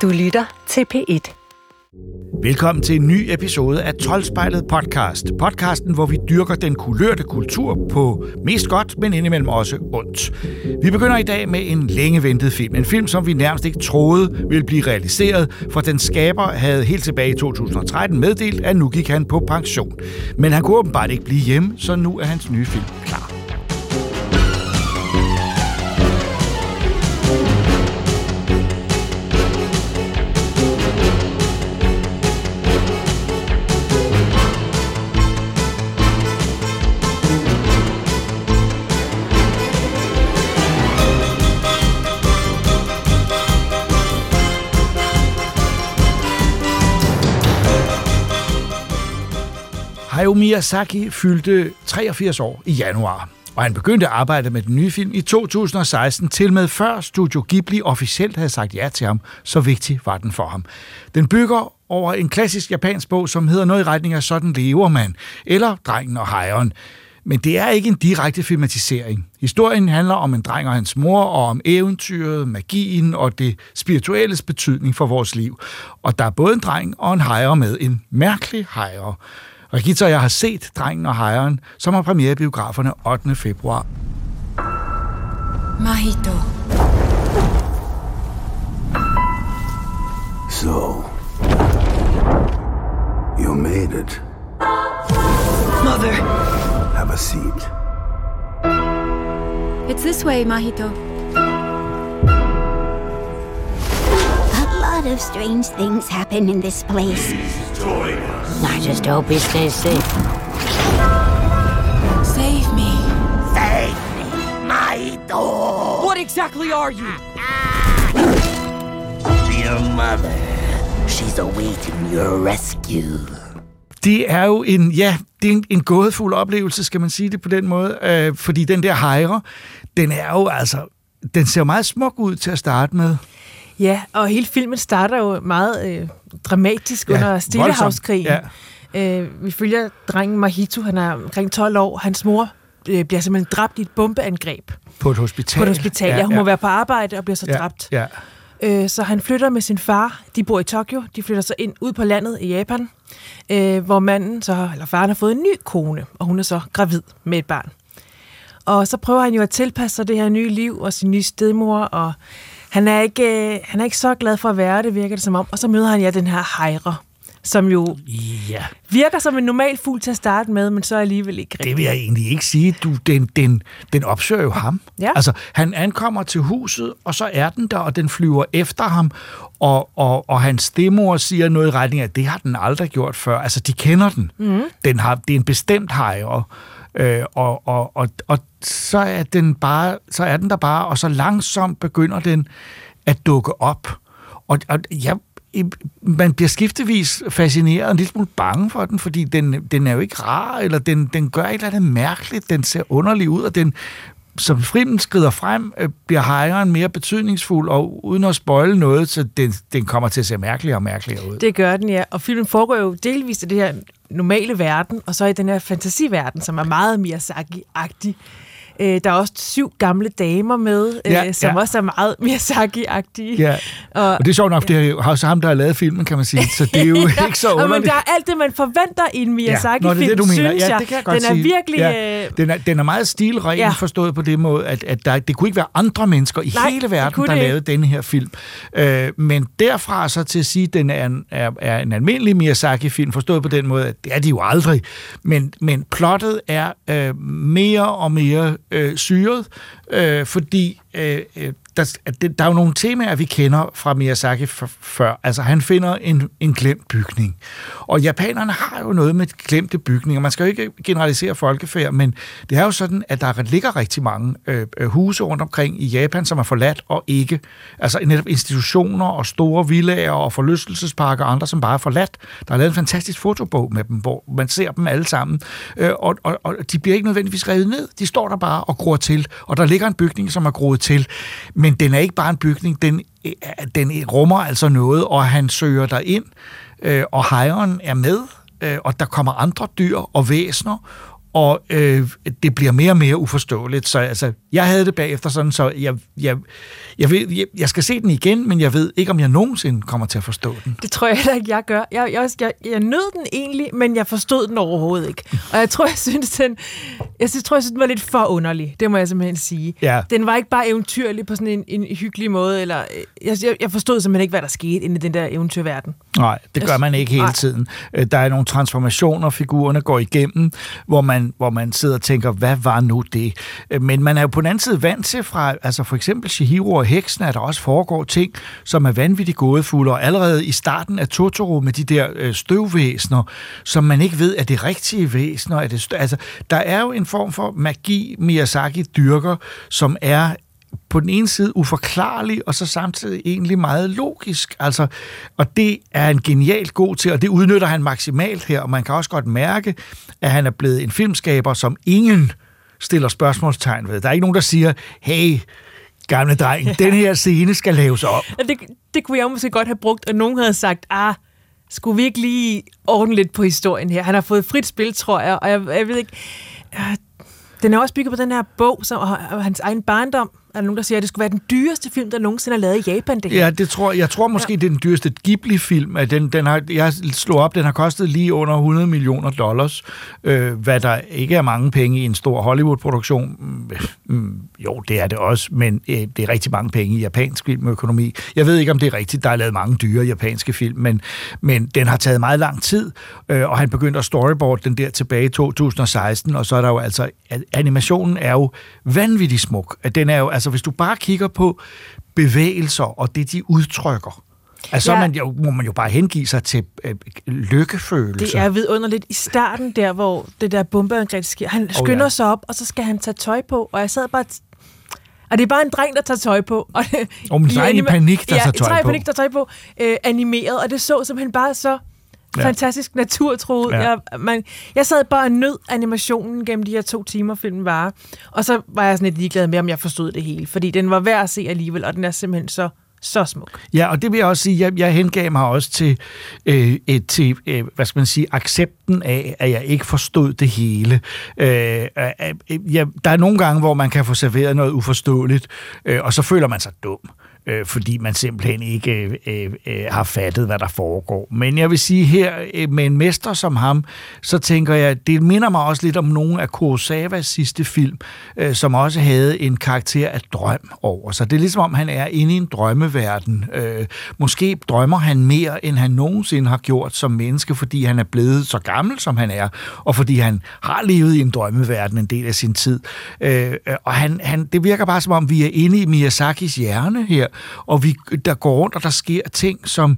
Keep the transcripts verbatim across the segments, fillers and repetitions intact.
Du lytter til P et. Velkommen til en ny episode af Troldspejlet podcast. Podcasten, hvor vi dyrker den kulørte kultur på mest godt, men indimellem også ondt. Vi begynder i dag med en længe ventet film. En film, som vi nærmest ikke troede ville blive realiseret, for den skaber havde helt tilbage i to tusind og tretten meddelt, at nu gik han på pension. Men han kunne åbenbart ikke blive hjemme, så nu er hans nye film klar. Hayao Miyazaki fyldte treogfirs år i januar, og han begyndte at arbejde med den nye film i to tusind og seksten, til med før Studio Ghibli officielt havde sagt ja til ham, så vigtig var den for ham. Den bygger over en klassisk japansk bog, som hedder noget i retning af Sådan lever man, eller Drengen og hejren. Men det er ikke en direkte filmatisering. Historien handler om en dreng og hans mor, og om eventyret, magien og det spirituelles betydning for vores liv. Og der er både en dreng og en hejre med, en mærkelig hejre. Regitza og jeg har set Drengen og hejren, som har premiere i biograferne ottende februar. Mahito. So, you made it. Mother. Have a seat. It's this way, Mahito. A lot of strange things happen in this place. I just hope he stays safe. Save me. Save me, Mahito! What exactly are you? Your mother. She's awaiting your rescue. Det er jo en, ja, det er en, en gådefuld oplevelse, skal man sige det på den måde, øh, fordi den der hejre, den er jo altså, den ser meget smuk ud til at starte med. Ja, og hele filmen starter jo meget øh, dramatisk ja, under Stillehavskrigen. Ja. Øh, vi følger drengen Mahito, han er omkring tolv år. Hans mor øh, bliver simpelthen dræbt i et bombeangreb. På et hospital. På et hospital, ja. ja hun ja. må være på arbejde og bliver så ja, dræbt. Ja. Øh, så han flytter med sin far. De bor i Tokyo. De flytter så ind ud på landet i Japan, øh, hvor manden, så, eller faren, har fået en ny kone, og hun er så gravid med et barn. Og så prøver han jo at tilpasse sig det her nye liv og sin nye stedmor, og Han er, ikke, han er ikke så glad for at være det, virker det som om. Og så møder han ja den her hejre, som jo ja. virker som en normal fugl til at starte med, men så alligevel ikke rigtigt. Det vil jeg egentlig ikke sige. Du, den, den, den opsøger jo ham. Ja. Altså, han ankommer til huset, og så er den der, og den flyver efter ham. Og, og, og hans stedmor siger noget i retning af, at det har den aldrig gjort før. Altså, de kender den. Mm. den har, det er en bestemt hejre. Øh, og, og, og, og så er den bare, så er den der bare, og så langsomt begynder den at dukke op. Og, og ja, man bliver skiftevis fascineret og en lille smule bange for den, fordi den, den er jo ikke rar, eller den, den gør et eller andet mærkeligt, den ser underlig ud, og den, som filmen skrider frem, bliver hejren mere betydningsfuld, og uden at spoile noget, så den, den kommer til at se mærkeligere og mærkeligere ud. Det gør den, ja. Og filmen foregår jo delvist i det her normale verden, og så i den her fantasiverden, som er meget Miyazaki-agtig. Der er også syv gamle damer med, ja, som ja. også er meget Miyazaki-agtige. Ja. Og, og det er sjovt nok, ja. det er jo også ham, der har lavet filmen, kan man sige, så det er jo ja, ikke så underligt. Men der er alt det, man forventer i en Miyazaki-film, ja. Nå, det det, synes ja, jeg. Det kan jeg godt den er sige. virkelig... Ja. Den, er, den er meget stilren ja. forstået på det måde, at, at der, det kunne ikke være andre mennesker i Nej, hele verden, der lavede denne her film. Øh, men derfra så til at sige, at den er en, er, er en almindelig Miyazaki-film, forstået på den måde, at det er de jo aldrig. Men, men plottet er øh, mere og mere øh, syret, øh, fordi øh, der, der er jo nogle temaer, vi kender fra Miyazaki før. Altså, han finder en, en glemt bygning. Og japanerne har jo noget med glemte bygninger. Man skal jo ikke generalisere folkefærd, men det er jo sådan, at der ligger rigtig mange øh, huse rundt omkring i Japan, som er forladt og ikke. Altså netop institutioner og store villager og forlystelsesparker og andre, som bare er forladt. Der er lavet en fantastisk fotobog med dem, hvor man ser dem alle sammen. Øh, og, og, og de bliver ikke nødvendigvis revet ned. De står der bare og gror til. Og der ligger en bygning, som er groet til. Men den er ikke bare en bygning, den, den rummer altså noget, og han søger derind, øh, og hejren er med, øh, og der kommer andre dyr og væsener, og øh, det bliver mere og mere uforståeligt. Så altså, jeg havde det bagefter sådan, så jeg, jeg, jeg, ved, jeg, jeg skal se den igen, men jeg ved ikke, om jeg nogensinde kommer til at forstå den. Det tror jeg heller ikke, jeg gør. Jeg, jeg, jeg, jeg nød den egentlig, men jeg forstod den overhovedet ikke. Og jeg tror, jeg synes, den, jeg synes, tror, jeg synes, den var lidt for underlig. Det må jeg simpelthen sige. Ja. Den var ikke bare eventyrlig på sådan en, en hyggelig måde. Eller, jeg, jeg forstod simpelthen ikke, hvad der skete inde i den der eventyrverden. Nej, det gør man ikke hele Nej. tiden. Der er nogle transformationer, figurerne går igennem, hvor man, hvor man sidder og tænker, hvad var nu det? Men man er jo på den anden side vant til fra, altså for eksempel Chihiro og heksen, at der også foregår ting, som er vanvittigt gådefulde, og allerede i starten af Totoro med de der øh, støvvæsener, som man ikke ved, er det rigtige væsener. Er det støv... Altså, der er jo en form for magi, Miyazaki dyrker, som er på den ene side uforklarlig, og så samtidig egentlig meget logisk. Altså, og det er han genialt god til, og det udnytter han maksimalt her, og man kan også godt mærke, at han er blevet en filmskaber, som ingen stiller spørgsmålstegn ved. Der er ikke nogen, der siger, hey, gamle dreng, den her scene skal laves op. Det, det kunne jeg måske godt have brugt, og nogen havde sagt, ah, skulle vi ikke lige ordne lidt på historien her? Han har fået frit spil, tror jeg, og jeg, jeg ved ikke... Jeg, den er også bygget på den her bog, som, og, og hans egen barndom. Er der nogen, der siger, at det skulle være den dyreste film, der nogensinde er lavet i Japan, det her? Ja, det tror, jeg tror måske, ja. det er den dyreste Ghibli-film. Den, den har, jeg slog op, den har kostet lige under hundrede millioner dollars, øh, hvad der ikke er mange penge i en stor Hollywood-produktion. Mm, jo, det er det også, men øh, det er rigtig mange penge i japansk filmøkonomi. Jeg ved ikke, om det er rigtigt, der er lavet mange dyre japanske film, men, men den har taget meget lang tid, øh, og han begyndte at storyboard den der tilbage i to tusind og seksten, og så er der jo altså, animationen er jo vanvittigt smuk. Den er jo, altså hvis du bare kigger på bevægelser og det, de udtrykker, altså ja. man jo, må man jo bare hengive sig til øh, lykkefølelse. Det er vidunderligt. I starten der, hvor det der bombeangreb sker, han skynder oh, ja. sig op, og så skal han tage tøj på, og jeg sad bare... Og det er bare en dreng, der tager tøj på. Og det, oh, men det er en i panik, der ja, tager tøj på. Ja, i panik, der tager tøj på. Øh, animeret, og det så simpelthen bare så... Ja. Fantastisk naturtroet. Ja. Jeg, man, jeg sad bare og nød animationen gennem de her to timer, filmen var. Og så var jeg sådan lidt ligeglad med, om jeg forstod det hele. Fordi den var værd at se alligevel, og den er simpelthen så, så smuk. Ja, og det vil jeg også sige, jeg, jeg hengav mig også til, øh, et, til øh, hvad skal man sige, accepten af, at jeg ikke forstod det hele. Øh, øh, ja, der er nogle gange, hvor man kan få serveret noget uforståeligt, øh, og så føler man sig dum. Øh, fordi man simpelthen ikke øh, øh, har fattet, hvad der foregår. Men jeg vil sige her, øh, med en mester som ham, så tænker jeg, det minder mig også lidt om nogle af Kurosawas sidste film, øh, som også havde en karakter af drøm over sig. Det er ligesom om, han er inde i en drømmeverden. Øh, måske drømmer han mere, end han nogensinde har gjort som menneske, fordi han er blevet så gammel, som han er, og fordi han har levet i en drømmeverden en del af sin tid. Øh, og han, han, det virker bare som om, vi er inde i Miyazakis hjerne her, og vi der går rundt, og der sker ting, som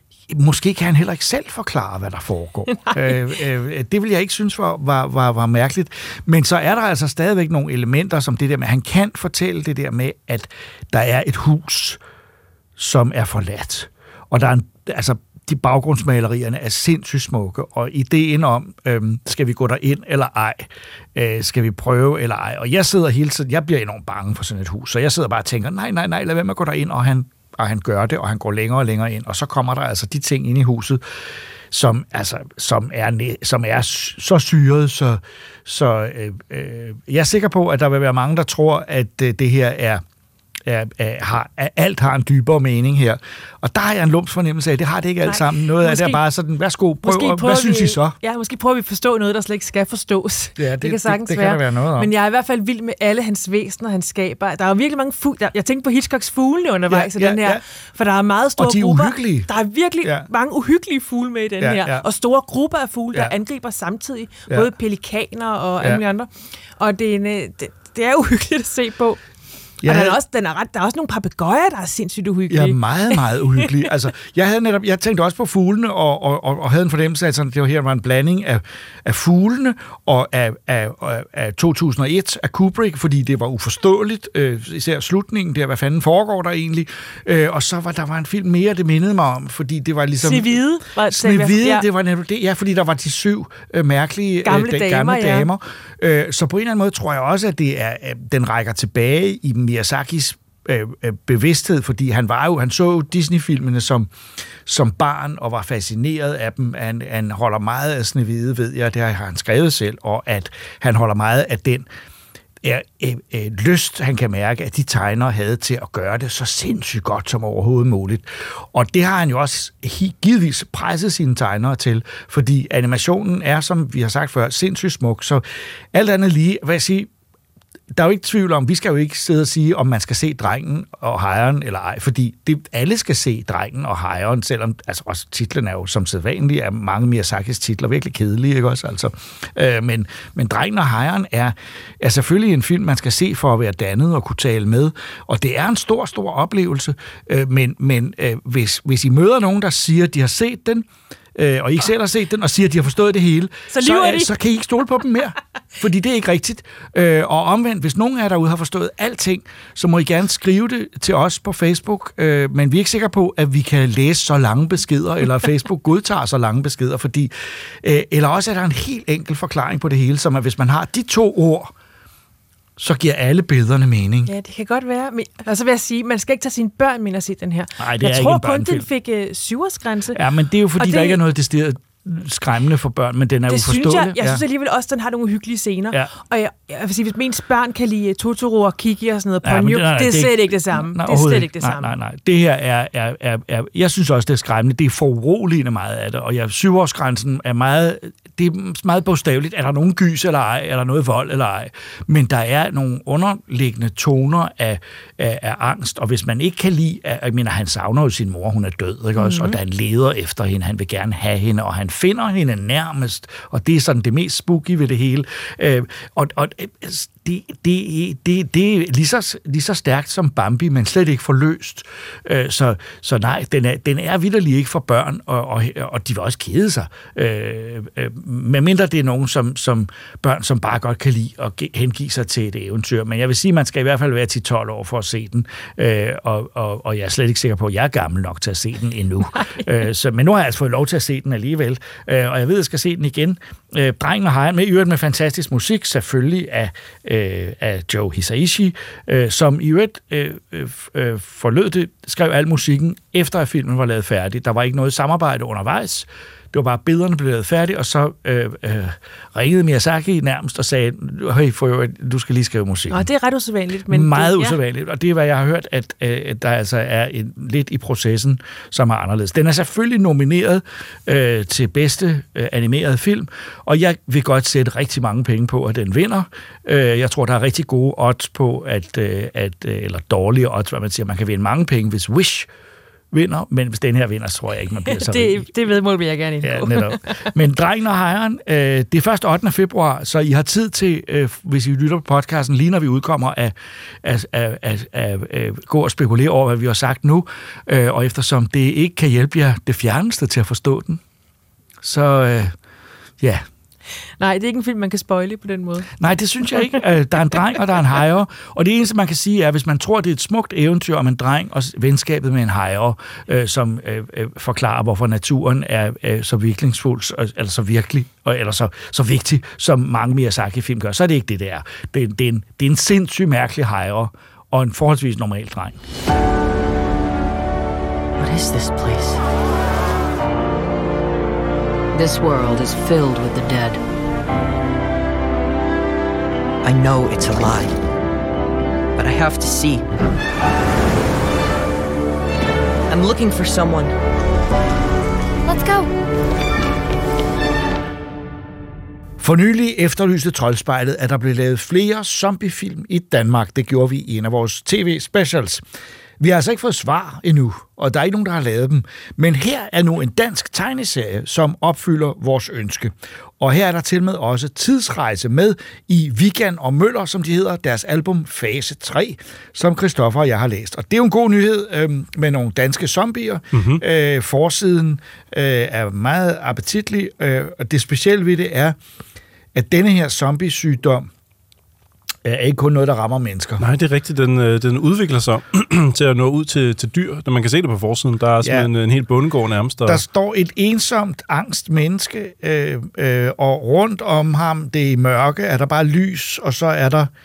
måske kan han heller ikke selv forklare, hvad der foregår. øh, øh, det vil jeg ikke synes var, var, var, var mærkeligt. Men så er der altså stadigvæk nogle elementer, som det der med, han kan fortælle det der med, at der er et hus, som er forladt. Og der er en, altså, de baggrundsmalerierne er sindssygt smukke, og ideen om, øhm, skal vi gå derind eller ej, øh, skal vi prøve eller ej, og jeg sidder hele tiden, jeg bliver enormt bange for sådan et hus, så jeg sidder bare og tænker, nej, nej, nej, lad være med at gå derind, og han, og han gør det, og han går længere og længere ind, og så kommer der altså de ting ind i huset, som, altså, som, er, som er så syret, så, så øh, øh, jeg er sikker på, at der vil være mange, der tror, at øh, det her er Er, er, har, er, alt har en dybere mening her. Og der har jeg en lumps fornemmelse af, det har det ikke alt sammen. Noget måske, af det er bare sådan, værsgo, prøv, hvad synes vi, I så? Ja, måske prøver vi at forstå noget, der slet ikke skal forstås. Ja, det, det kan sagtens det, det være. Kan der være noget om. Men jeg er i hvert fald vild med alle hans væsener, han skaber. Der er jo virkelig mange fugle. Jeg tænkte på Hitchcocks fuglene undervejs i ja, ja, den her, ja. For der er meget store og de er grupper. Uhyggelige. Der er virkelig ja. mange uhyggelige fugle med i den ja, her. Ja. Og store grupper af fugle, der ja. angriber samtidig. Ja. Både pelikaner og alle ja. andre. Og det er, en, det, det er uhyggeligt at se på. Jeg og havde... den er også, den er ret, der er også nogle papegøjer, der er sindssygt uhyggelige. Ja, meget, meget uhyggelige. Altså, jeg havde netop, jeg tænkte også på fuglene, og, og, og, og havde en fornemmelse af, at det var her var en blanding af, af fuglene og af, af, af to tusind og et af Kubrick, fordi det var uforståeligt, øh, især slutningen der, hvad fanden foregår der egentlig. Øh, og så var der var en film mere, det mindede mig om, fordi det var ligesom... Snehvide. Snehvide, ja. Det var netop det. Ja, fordi der var de syv øh, mærkelige gamle øh, damer. Gamle ja. damer. Øh, så på en eller anden måde tror jeg også, at det er, øh, den rækker tilbage i Miyazakis øh, øh, bevidsthed, fordi han var jo, han så jo Disney-filmene som, som barn og var fascineret af dem. Han, han holder meget af Snehvide, ved jeg, det har han skrevet selv, og at han holder meget af den er øh, øh, lyst, han kan mærke, at de tegnere havde til at gøre det så sindssygt godt som overhovedet muligt. Og det har han jo også givetvis presset sine tegnere til, fordi animationen er, som vi har sagt før, sindssygt smuk. Så alt andet lige, hvad jeg siger, der er jo ikke tvivl om, vi skal jo ikke sidde og sige, om man skal se drengen og hejren eller ej, fordi det, alle skal se drengen og hejren, selvom altså også titlen er jo som sædvanligt, er mange Miyazakis titler virkelig kedelige, ikke også? Altså, øh, men, men drengen og hejren er, er selvfølgelig en film, man skal se for at være dannet og kunne tale med, og det er en stor, stor oplevelse, øh, men, men øh, hvis, hvis I møder nogen, der siger, at de har set den, øh, og I ikke selv har set den, og siger, at de har forstået det hele, så, så, er, så kan I ikke stole på dem mere. Fordi det er ikke rigtigt. Øh, og omvendt, hvis nogen af jer derude har forstået alting, så må I gerne skrive det til os på Facebook. Øh, men vi er ikke sikre på, at vi kan læse så lange beskeder, eller Facebook godtager så lange beskeder, fordi øh, eller også er der en helt enkel forklaring på det hele, som at hvis man har de to ord, så giver alle billederne mening. Ja, det kan godt være. Men, og så vil jeg sige, man skal ikke tage sine børn med at se den her. Nej, det er jeg ikke tror en kun, den fik øh, syvårsgrænse. Ja, men det er jo fordi, det, der ikke er noget decideret skræmmende for børn, men den er det uforståelig. Synes jeg, jeg ja. synes alligevel også, den har nogle hyggelige scener. Ja. Og jeg, jeg vil sige, hvis ens børn kan lide Totoro og Kiki og sådan noget, ja, Ponyo, det, nej, nej, det er slet det, ikke det samme. Nej, det er slet ikke det samme. Nej, nej, nej. Det her er, er, er, er, jeg synes også, det er skræmmende. Det er foruroligende meget af det, og ja, syvårsgrænsen er meget, det er meget bogstaveligt. Er der nogen gys eller ej? Er der noget vold eller ej? Men der er nogle underliggende toner af, af, af angst, og hvis man ikke kan lide, at, jeg mener, han savner jo sin mor, hun er død, ikke også? Mm-hmm. Og han leder efter hende, han vil gerne have hende, og han finder hende nærmest, og det er sådan det mest spooky ved det hele. Øh, og og det, det, det, det er lige så, lige så stærkt som Bambi, men slet ikke forløst. Øh, så, så nej, den er, den er vitterlig ikke for børn, og, og, og de vil også kede sig. Øh, øh, medmindre det er nogen, som, som børn, som bare godt kan lide at hengive sig til et eventyr. Men jeg vil sige, at man skal i hvert fald være ti tolv år for at se den, øh, og, og, og jeg er slet ikke sikker på, at jeg er gammel nok til at se den endnu. øh, så, men nu har jeg altså fået lov til at se den alligevel, øh, og jeg ved, at jeg skal se den igen. Øh, Drengen og hejren med, i øvrigt med fantastisk musik, selvfølgelig af, øh, af Joe Hisaishi, øh, som i øvrigt øh, øh, forlød det, skrev al musikken efter at filmen var lavet færdig. Der var ikke noget samarbejde undervejs. Det var bare, billederne blev lavet færdige, og så øh, øh, ringede Miyazaki nærmest og sagde, hey, for, du skal lige skrive musik. Og det er ret usædvanligt. Men Meget det, usædvanligt, ja. Og det er, hvad jeg har hørt, at, at der altså er en, lidt i processen, som er anderledes. Den er selvfølgelig nomineret øh, til bedste øh, animerede film, og jeg vil godt sætte rigtig mange penge på, at den vinder. Øh, jeg tror, der er rigtig gode odds på, at, øh, at øh, eller dårlige odds, hvad man siger, man kan vinde mange penge, hvis Wish vinder, men hvis den her vinder, så tror jeg ikke, man bliver så det, det vedmål vil jeg gerne ind på. Ja, netop. Men Drengen og hejren, øh, det er først ottende februar, så I har tid til, øh, hvis I lytter på podcasten, lige når vi udkommer, at, at, at, at, at, at gå og spekulere over, hvad vi har sagt nu, øh, og eftersom det ikke kan hjælpe jer det fjerneste til at forstå den, så øh, ja... Nej, det er ikke en film, man kan spoile på den måde. Nej, det synes jeg ikke. Der er en dreng, og der er en hejre. Og det eneste, man kan sige, er, at hvis man tror, det er et smukt eventyr om en dreng og venskabet med en hejre, øh, som øh, øh, forklarer, hvorfor naturen er øh, så virkningsfuld, eller så virkelig, eller så, så vigtig, som mange Miyazaki-film gør, så er det ikke det, det er. Det, det, er en, det er en sindssygt mærkelig hejre, og en forholdsvis normal dreng. What is this place? This world is filled with the dead. I know it's a lie, but I have to see. I'm looking for someone. Let's go. For nylig efterlyste Troldspejlet, at der blev lavet flere zombiefilm i Danmark. Det gjorde vi i en af vores tv-specials. Vi har altså ikke fået svar endnu, og der er ikke nogen, der har lavet dem. Men her er nu en dansk tegneserie, som opfylder vores ønske. Og her er der til med også Tidsrejse med i Vigan og Møller, som de hedder, deres album Fase tre, som Christoffer og jeg har læst. Og det er jo en god nyhed øh, med nogle danske zombier. Mm-hmm. Øh, forsiden øh, er meget appetitlig, øh, og det specielle ved det er, at denne her zombiesygdom er ikke kun noget, der rammer mennesker. Nej, det er rigtigt. Den, den udvikler sig til at nå ud til, til dyr. Når man kan se det på forsiden, der er sådan ja. en, en helt bondegård nærmest. Der... der står et ensomt, angst menneske, øh, øh, og rundt om ham, det er i mørke, er der bare lys, og så er der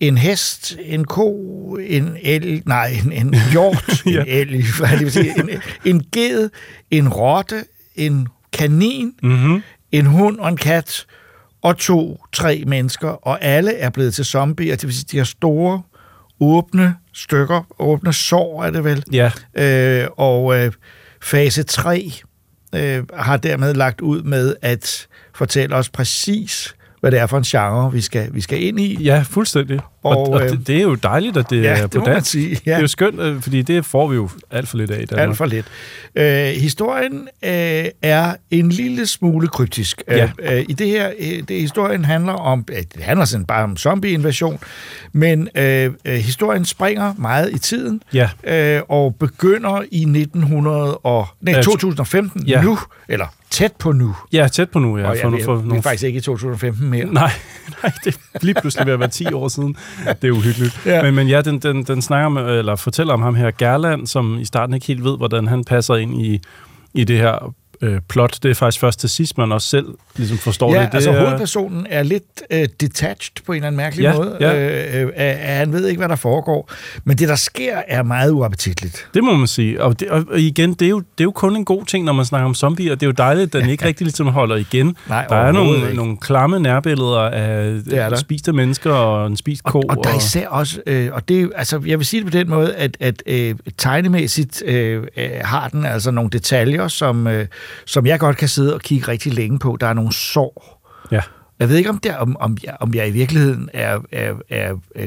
en hest, en ko, en elg, nej, en, en hjort, ja. en elg, hvad det vil sige, en, en ged, en rotte, en kanin, mm-hmm. en hund og en kat, og to, tre mennesker, og alle er blevet til zombier, det vil sige, de har store, åbne stykker, åbne sår er det vel, ja. øh, og øh, fase tre øh, har dermed lagt ud med at fortælle os præcis, hvad det er for en genre, vi skal, vi skal ind i. Ja, fuldstændig. Og, og, og det, det er jo dejligt, at det ja, er på det dansk. Sige, ja. Det er jo skønt, fordi det får vi jo alt for lidt af i Danmark. Alt for lidt. Øh, historien øh, er en lille smule kryptisk. Ja. Øh, I det her, øh, det, historien handler om, øh, det handler sådan bare om zombie-invasion, men øh, øh, historien springer meget i tiden, ja. øh, og begynder i nitten hundrede og, nej, to tusind og femten, ja. nu, eller tæt på nu. Ja, tæt på nu, ja. Og ja, for, vi, for, vi, vi er faktisk ikke i to tusind og femten mere. Nej, nej, det er lige pludselig ved at være ti år siden. Det er uhyggeligt. Ja. Men, men ja, den, den, den snakker om, eller fortæller om ham her, Gerland, som i starten ikke helt ved, hvordan han passer ind i, i det her øh, plot. Det er faktisk først til sidst, man også selv ligesom forstår ja, det. det altså er, hovedpersonen er lidt øh, detached på en eller anden mærkelig ja, måde. Ja. Øh, øh, han ved ikke, hvad der foregår. Men det, der sker, er meget uappetitligt. Det må man sige. Og, det, og igen, det er, jo, det er jo kun en god ting, når man snakker om zombier. Det er jo dejligt, at den ikke rigtig ligesom holder igen. Nej, der er nogle, nogle klamme nærbilleder af spiste mennesker og en spist ko. Og, og der er især også, øh, og det er, altså, jeg vil sige det på den måde, at, at øh, tegnemæssigt øh, har den altså nogle detaljer, som, øh, som jeg godt kan sidde og kigge rigtig længe på. Der er nogle sår. Ja. Jeg ved ikke, om, der, om, om, jeg, om jeg i virkeligheden er, er, er, er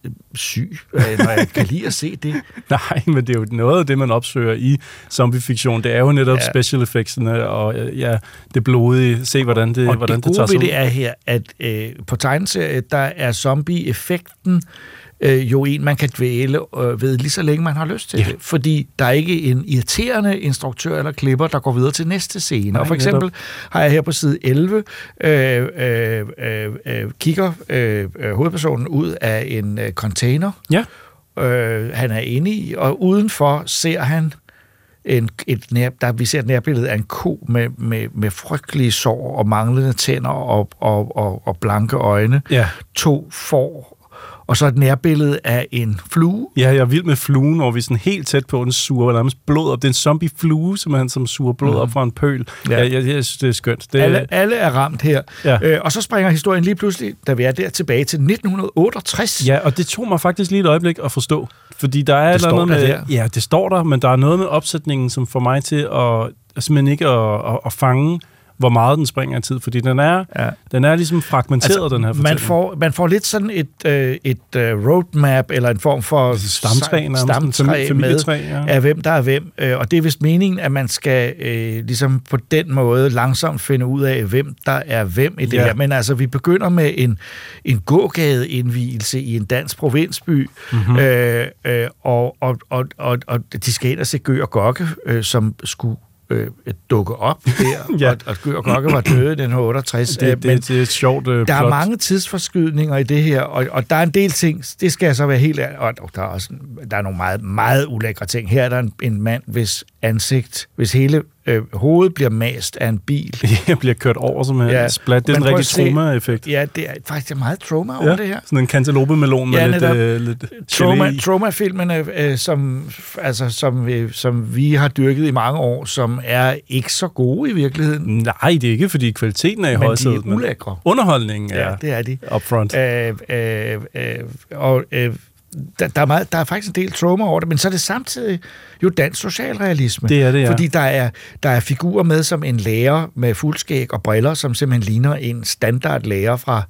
syg, når jeg kan lide at se det. Nej, men det er jo noget af det, man opsøger i zombie-fiktion. Det er jo netop ja. special effectsene og ja, det blodige. Se, hvordan det, og hvordan det, det tager sig ud. Og det gode ved det er her, at øh, på tegneserie, der er zombie-effekten øh, jo en, man kan dvæle øh, ved lige så længe, man har lyst til ja. det. Fordi der er ikke en irriterende instruktør eller klipper, der går videre til næste scene. Nej, og for eksempel netop. har jeg her på side elleve øh, øh, øh, kigger øh, hovedpersonen ud af en øh, container. Ja. Øh, han er inde i, og udenfor ser han en, et nær, der vi ser et nærbillede af en ko med, med, med frygtelige sår og manglende tænder og, og, og, og blanke øjne. Ja. To får. Og så et nærbillede af en flue. Ja, jeg er vild med fluen, hvor vi er sådan helt tæt på, den suger nærmest blod op. Det er en zombie-flue, simpelthen, som suger blod mm. op fra en pøl. Ja. Jeg, jeg, jeg synes, det er skønt. Det... Alle, alle er ramt her. Ja. Øh, og så springer historien lige pludselig, da vi er der, tilbage til nitten otteogtres. Ja, og det tog mig faktisk lige et øjeblik at forstå. Fordi der er det noget med... Der. Ja, det står der, men der er noget med opsætningen, som får mig til at simpelthen ikke at, at, at fange, hvor meget den springer i tid, fordi den er, ja. den er ligesom fragmenteret, altså, den her fortælling. Man får, man får lidt sådan et, øh, et uh, roadmap, eller en form for stamtræ, stamtræ familietræ, med, ja. af hvem der er hvem. Og det er vist meningen, at man skal øh, ligesom på den måde langsomt finde ud af, hvem der er hvem i det ja. her. Men altså, vi begynder med en, en gågadeindvielse i en dansk provinsby, mm-hmm. øh, øh, og, og, og, og, og de skal ind og se Gø og Gokke, øh, som skulle Øh, dukke op der, ja. og, og Gø og Gokke var døde i den otteogtres. Det, det, men det er et sjovt uh, der plot. er mange tidsforskydninger i det her, og, og der er en del ting, det skal jeg så være helt ærlig, og, og der er også der er nogle meget, meget ulækre ting. Her er der en, en mand, hvis ansigt, hvis hele øh, hovedet bliver mast af en bil. Ja, bliver kørt over som en ja. splat. Det er en rigtig trauma-effekt. Ja, det er faktisk meget trauma over ja, det her. Sådan en cantaloupe-melon med ja, lidt, øh, lidt trauma, trauma-filmene, øh, som, altså, som, øh, som vi har dyrket i mange år, som er ikke så gode i virkeligheden. Nej, det er ikke, fordi kvaliteten er i højsædet. Men de er ulækre. Underholdningen er ja, det er de. Upfront. Øh, øh, øh, og øh, der, der, er meget, der er faktisk en del trauma over det, men så er det samtidig jo dansk socialrealisme. Det er det, ja. Fordi der er, der er figurer med som en lærer med fuldskæg og briller, som simpelthen ligner en standard lærer fra...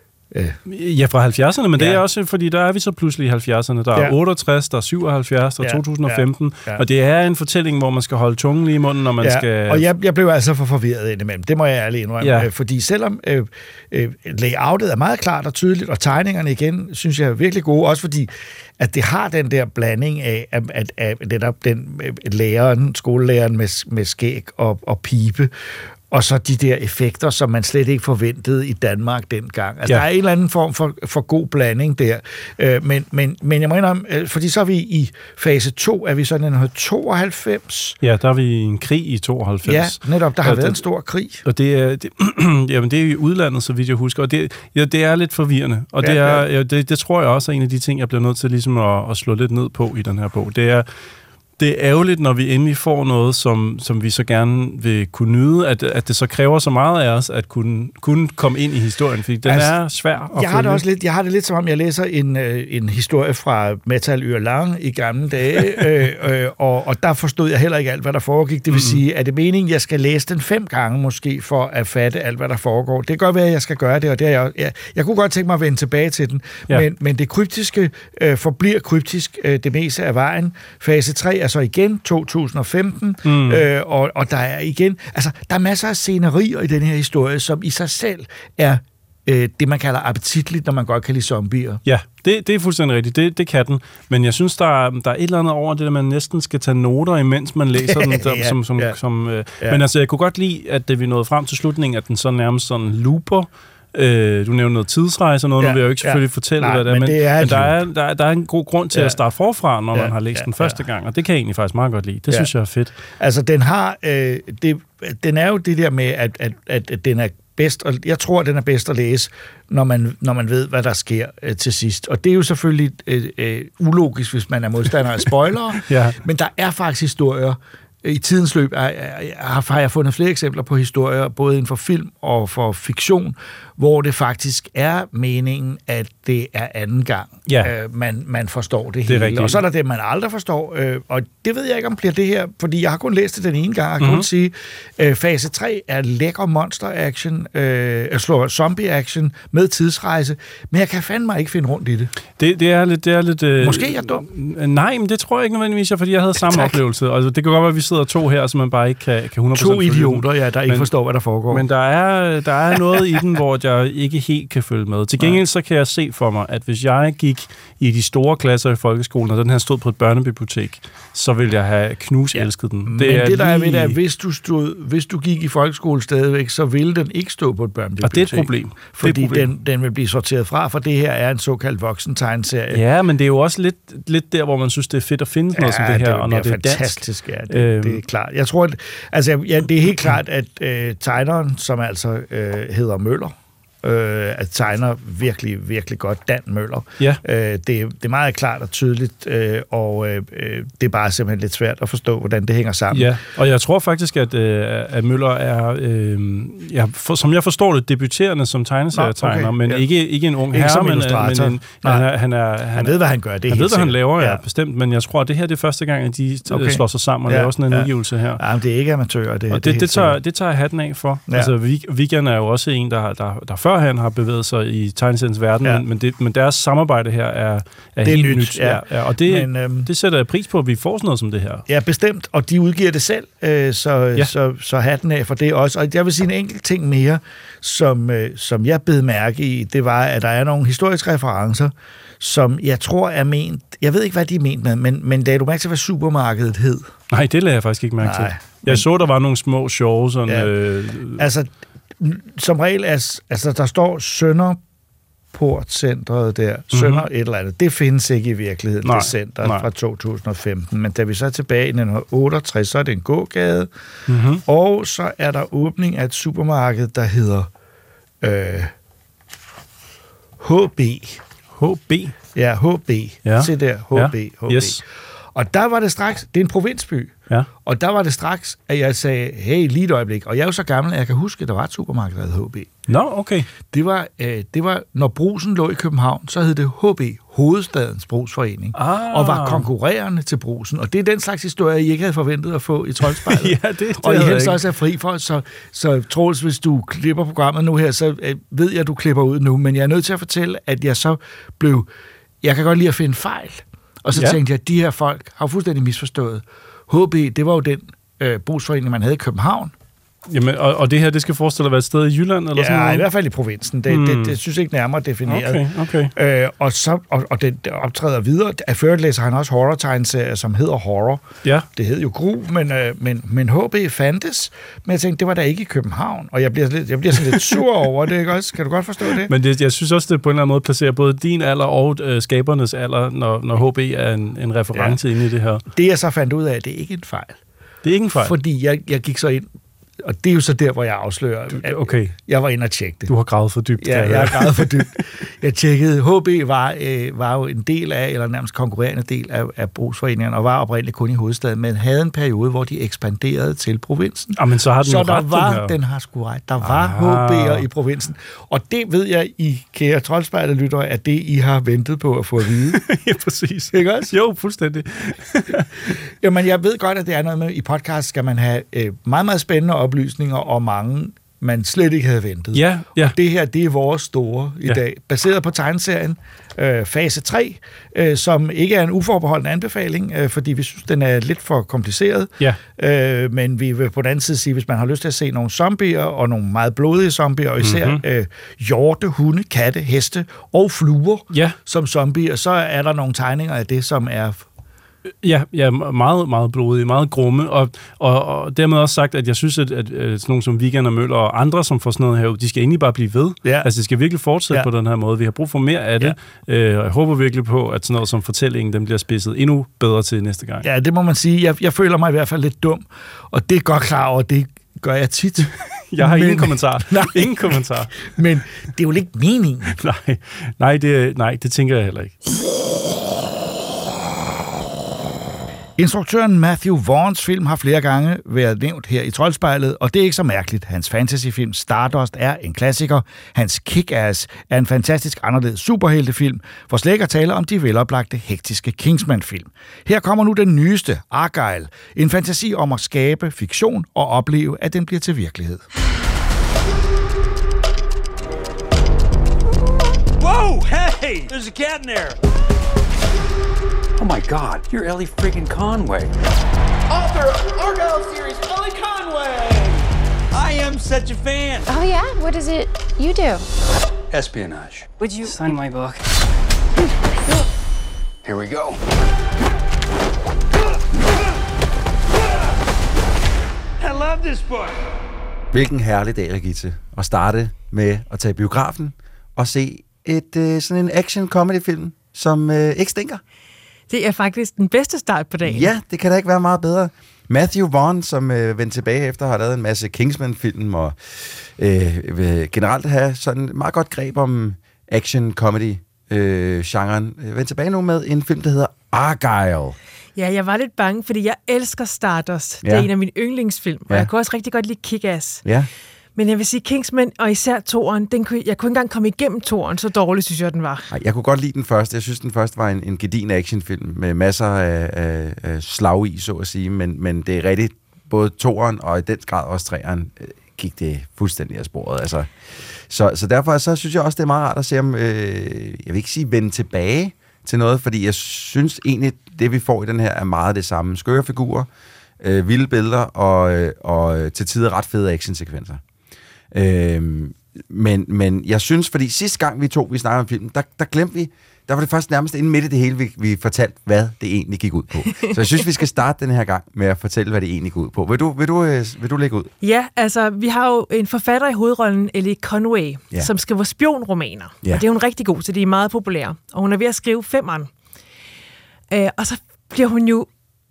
Øh. Ja, fra halvfjerdserne, men ja. det er også, fordi der er vi så pludselig i halvfjerdserne. Der er ja. otteogtres, der er syvoghalvfjerds, der er ja. to tusind og femten, ja. Ja. og det er en fortælling, hvor man skal holde tungen lige i munden, når man ja. skal... og jeg, jeg blev altså for forvirret indimellem. Det må jeg ærligt indrømme. Ja. Fordi selvom øh, øh, layoutet er meget klart og tydeligt, og tegningerne igen, synes jeg er virkelig gode, også fordi at det har den der blanding af, at, at, at, at den læreren, skolelæreren med, med skæg og, og pibe, og så de der effekter, som man slet ikke forventede i Danmark dengang. Altså, ja. Der er en eller anden form for, for god blanding der. Øh, men, men, men jeg må indrømme, øh, fordi så er vi i fase to, er vi sådan nitten tooghalvfems. Ja, der er vi i en krig i tooghalvfems. Ja, netop, der har og været det, en stor krig. Og det er, det, jamen, det er i udlandet, så vidt jeg husker, og det, ja, det er lidt forvirrende. Og ja, det, er, ja. det, det tror jeg også er en af de ting, jeg bliver nødt til ligesom at, at slå lidt ned på i den her bog. Det er Det er ærgerligt, når vi endelig får noget, som, som vi så gerne vil kunne nyde, at, at det så kræver så meget af os, at kunne, kunne komme ind i historien, fordi den altså, er svær at jeg har det også lidt, Jeg har det lidt som om, jeg læser en, øh, en historie fra Metal Yrlang i gamle dage, øh, øh, og, og der forstod jeg heller ikke alt, hvad der foregik. Det vil mm-hmm. sige, er det meningen, jeg skal læse den fem gange måske, for at fatte alt, hvad der foregår? Det kan godt være, at jeg skal gøre det, og det er jeg, jeg, jeg kunne godt tænke mig at vende tilbage til den, ja. men, men det kryptiske øh, forbliver kryptisk øh, det meste af vejen. Fase tre er så igen to tusind og femten, mm. øh, og, og der er igen, altså der er masser af scenerier i den her historie, som i sig selv er øh, det, man kalder appetitligt, når man godt kan lide zombier. Ja, det, det er fuldstændig rigtigt, det, det kan den, men jeg synes, der er, der er et eller andet over det, at man næsten skal tage noter, imens man læser den, der, ja, som, som, ja. som, øh, ja. Men altså, jeg kunne godt lide, at det vi nåede frem til slutningen, at den så nærmest sådan looper. Øh, du nævner noget tidsrejse og noget, ja, nu vil jeg jo ikke selvfølgelig ja. fortælle, Nej, hvad det er, men, det er men der, er, der, er, der er en god grund til ja. at starte forfra, når ja. man har læst ja. den første ja. gang, og det kan jeg egentlig faktisk meget godt lide. Det ja. synes jeg er fedt. Altså, den har, øh, det, den er jo det der med, at, at, at, at den er bedst, og jeg tror, at den er bedst at læse, når man, når man ved, hvad der sker øh, til sidst. Og det er jo selvfølgelig øh, øh, ulogisk, hvis man er modstander af spoilere, ja. men der er faktisk historier. I tidens løb er, er, har jeg fundet flere eksempler på historier, både inden for film og for fiktion, hvor det faktisk er meningen, at det er anden gang, ja. øh, man, man forstår det, det hele. Rigtigt. Og så er der det, man aldrig forstår, øh, og det ved jeg ikke, om bliver det her, fordi jeg har kun læst det den ene gang, jeg kan mm-hmm. kun sige, øh, fase tre er lækker monster-action, øh, slår zombie-action med tidsrejse, men jeg kan fandme ikke finde rundt i det. Det, det er lidt... Det er lidt øh, Måske jeg er dum. Nej, men det tror jeg ikke nødvendigvis, fordi jeg havde samme tak. oplevelse. Altså, det kan godt være, at vi sidder to her, som man bare ikke kan, kan hundrede procent To idioter, ja, der ikke men, forstår, hvad der foregår. Men der er, der er noget i den, hvor jeg ikke helt kan følge med. Til gengæld så kan jeg se for mig, at hvis jeg gik i de store klasser i folkeskolen, og den her stod på et børnebibliotek, så ville jeg have knus elsket den. Det Men er det, der lige... er ved det, at hvis du, stod, hvis du gik i folkeskole stadigvæk, så ville den ikke stå på et børnebibliotek. Og det er et problem. Fordi det er et problem. Den, den vil blive sorteret fra, for det her er en såkaldt voksentegneserie. Ja, men det er jo også lidt, lidt der, hvor man synes, det er fedt at finde noget ja, som det her, det og når det er fantastisk, dansk. Ja, det, øhm. det er klart. Jeg tror, at, altså, ja, det er helt klart, at øh, tegneren, som altså øh, hedder Møller, Øh, at tegner virkelig, virkelig godt Dan Møller. Ja. Øh, det, det er meget klart og tydeligt, øh, og øh, det er bare simpelthen lidt svært at forstå, hvordan det hænger sammen. Ja, og jeg tror faktisk, at, øh, at Møller er, øh, ja, for, som jeg forstår det, debuterende som tegneserietegner, okay. men ja. ikke, ikke en ung herre, men, men en, han, er, han, er, han, han ved, hvad han gør. Det han ved, hvad han laver, ja. ja, bestemt, men jeg tror, at det her det er første gang, at de okay. slår sig sammen og ja. laver sådan en ja. udgivelse her. Ja, men det er ikke amatører. Det, og det, det, det, det, tager, det tager jeg hatten af for. Ja. Altså, Vigan er jo også en, der, der, der før han har bevæget sig i tegneseriens verden, ja. men, det, men deres samarbejde her er, er helt nyt. nyt. Ja. Ja, og det, men, øhm, det sætter jeg pris på, at vi får sådan noget som det her. Ja, bestemt, og de udgiver det selv, øh, så, ja. så, så hatten af for det også. Og jeg vil sige en enkelt ting mere, som, øh, som jeg bed mærke i, det var, at der er nogle historiske referencer, som jeg tror er ment, jeg ved ikke, hvad de er ment med, men, men lagde du mærke til, hvad supermarkedet hed? Nej, det lagde jeg faktisk ikke mærke Nej, til. Jeg men, så, der var nogle små sjove sådan... Ja, øh, altså, som regel, er, altså der står Sønderportcentret der, mm-hmm. Sønder et eller andet. Det findes ikke i virkeligheden, nej, det center nej. fra to tusind og femten. Men da vi så er tilbage i nitten otteogtres, så er det en gågade, mm-hmm. og så er der åbning af et supermarked, der hedder øh, H B. H B? Ja, H B. Ja. Se der, H B. Ja. H B. Yes. Og der var det straks, det er en provinsby, ja. og der var det straks, at jeg sagde, hey, lige et øjeblik, og jeg er jo så gammel, at jeg kan huske, at der var et supermarked, der hed H B. Nå, okay. Det var, øh, det var, når Brugsen lå i København, så hed det H B, Hovedstadens Brugsforening, ah. og var konkurrerende til Brugsen, og det er den slags historie, I ikke havde forventet at få i Troldspejlet. ja, det, det og I helst også er fri for, så, så Troels, hvis du klipper programmet nu her, så øh, ved jeg, at du klipper ud nu, men jeg er nødt til at fortælle, at jeg så blev, jeg kan godt lide at finde fejl. Og så ja. tænkte jeg, at de her folk har fuldstændig misforstået. H B, det var jo den øh, brugsforening, man havde i København. Jamen, og, og det her, det skal forestille at være et sted i Jylland, eller ja, sådan noget? Ja, i hvert fald i provinsen. Det, hmm. det, det, det synes jeg ikke nærmere defineret. Okay, okay. Øh, og, så, og, og det, det optræder videre. Af ført læser han også horror-tegneserier, som hedder Horror. Ja. Det hed jo Gru, men, øh, men, men H B fandtes. Men jeg tænkte, det var da ikke i København. Og jeg bliver, lidt, jeg bliver sådan lidt sur over det, ikke også? Kan du godt forstå det? Men det, jeg synes også, det på en eller anden måde placerer både din alder og øh, skabernes alder, når, når H B er en, en reference ja. inde i det her. Det jeg så fandt ud af, det er ikke en fejl. Det er ikke en fejl? Fordi jeg, jeg gik så ind, og det er jo så der, hvor jeg afslører, at okay. jeg var inde og tjekke det. Du har gravet for dybt. Ja, jeg har gravet for dybt. Jeg tjekkede, H B var, øh, var jo en del af, eller nærmest konkurrerende del af, af brugsforeningerne, og var oprindeligt kun i hovedstaden, men havde en periode, hvor de ekspanderede til provinsen. Ah, men så har den så jo der ret, var, den her. Den har sgu ret. Der var ah. H B'er i provinsen. Og det ved jeg, I kære Troldspejlet-lyttere, at det, I har ventet på at få at vide. Ja, præcis. Ikke også? Jo, fuldstændig. Jamen, jeg ved godt, at det er noget med, i podcast skal man have øh, meget, meget spændende oplysninger og mange, man slet ikke havde ventet. Ja, ja. Og det her, det er vores store i ja. dag. Baseret på tegneserien øh, fase tre, øh, som ikke er en uforbeholden anbefaling, øh, fordi vi synes, den er lidt for kompliceret. Ja. Øh, men vi vil på den anden side sige, hvis man har lyst til at se nogle zombier, og nogle meget blodige zombier, og især mm-hmm. øh, hjorte, hunde, katte, heste og fluer ja. som zombier, så er der nogle tegninger af det, som er... Ja, ja, meget, meget blodige, meget grumme, og, og, og dermed også sagt, at jeg synes, at, at, at sådan nogle som Vigand og Møller og andre, som får sådan noget her, de skal egentlig bare blive ved. Ja. Altså, det skal virkelig fortsætte ja. på den her måde. Vi har brug for mere af det, ja. øh, og jeg håber virkelig på, at sådan noget som fortællingen, den bliver spidset endnu bedre til næste gang. Ja, det må man sige. Jeg, jeg føler mig i hvert fald lidt dum, og det er godt klar over, det gør jeg tit. Jeg har men, ingen kommentar. Nej, ingen kommentar. Men det er jo ikke meningen. nej, nej, det, nej, det tænker jeg heller ikke. Instruktøren Matthew Vaughns film har flere gange været nævnt her i Troldspejlet, og det er ikke så mærkeligt. Hans fantasyfilm Stardust er en klassiker. Hans Kick-Ass er en fantastisk anderledes superheltefilm, hvor slet ikke at tale om de veloplagte, hektiske Kingsman-film. Her kommer nu den nyeste, Argyle. En fantasi om at skabe fiktion og opleve, at den bliver til virkelighed. Whoa! Hey! There's a cat in there! Oh my God, you're Ellie friggin' Conway. Author of Argyle series, Ellie Conway! I am such a fan. Oh yeah? What is it you do? Espionage. Would you sign my book? Here we go. I love this book. Hvilken herlig dag, Regitze, at starte med at tage i biografen og se et øh, sådan en action-comedy-film, som øh, ikke stinker. Det er faktisk den bedste start på dagen. Ja, det kan da ikke være meget bedre. Matthew Vaughn, som øh, vendte tilbage efter, har lavet en masse Kingsman-film, og øh, vil generelt have sådan et meget godt greb om action-comedy-genren. Øh, vendte tilbage nu med en film, der hedder Argyle. Ja, jeg var lidt bange, fordi jeg elsker Stardust. Ja. Det er en af mine yndlingsfilm, og ja. jeg kunne også rigtig godt lide Kick-Ass. Ja. Men jeg vil sige, Kingsman, og især toeren, den kunne, jeg kunne ikke engang komme igennem toeren, så dårligt synes jeg, den var. Nej, jeg kunne godt lide den første. Jeg synes, den første var en, en gedigen actionfilm med masser af, af, af slag i, så at sige. Men, men det er rigtigt, både toeren og i den grad også treeren øh, gik det fuldstændig af sporet. Altså, så, så derfor så synes jeg også, det er meget rart at se om, øh, jeg vil ikke sige vende tilbage til noget, fordi jeg synes egentlig, det vi får i den her er meget det samme. Skøre figurer, øh, vilde billeder og, øh, og til tider ret fede actionsekvenser. Øhm, men, men jeg synes, fordi sidste gang vi to, vi snakkede om filmen, der, der glemte vi, der var det først nærmest inden midt i det hele, vi, vi fortalte, hvad det egentlig gik ud på. Så jeg synes, vi skal starte den her gang med at fortælle, hvad det egentlig går ud på. Vil du, vil du, vil du lægge ud? Ja, altså, vi har jo en forfatter i hovedrollen, Ellie Conway, ja. som skriver spionromaner. Ja. Og det er hun rigtig god til, de er meget populære. Og hun er ved at skrive femmeren. Øh, og så bliver hun jo...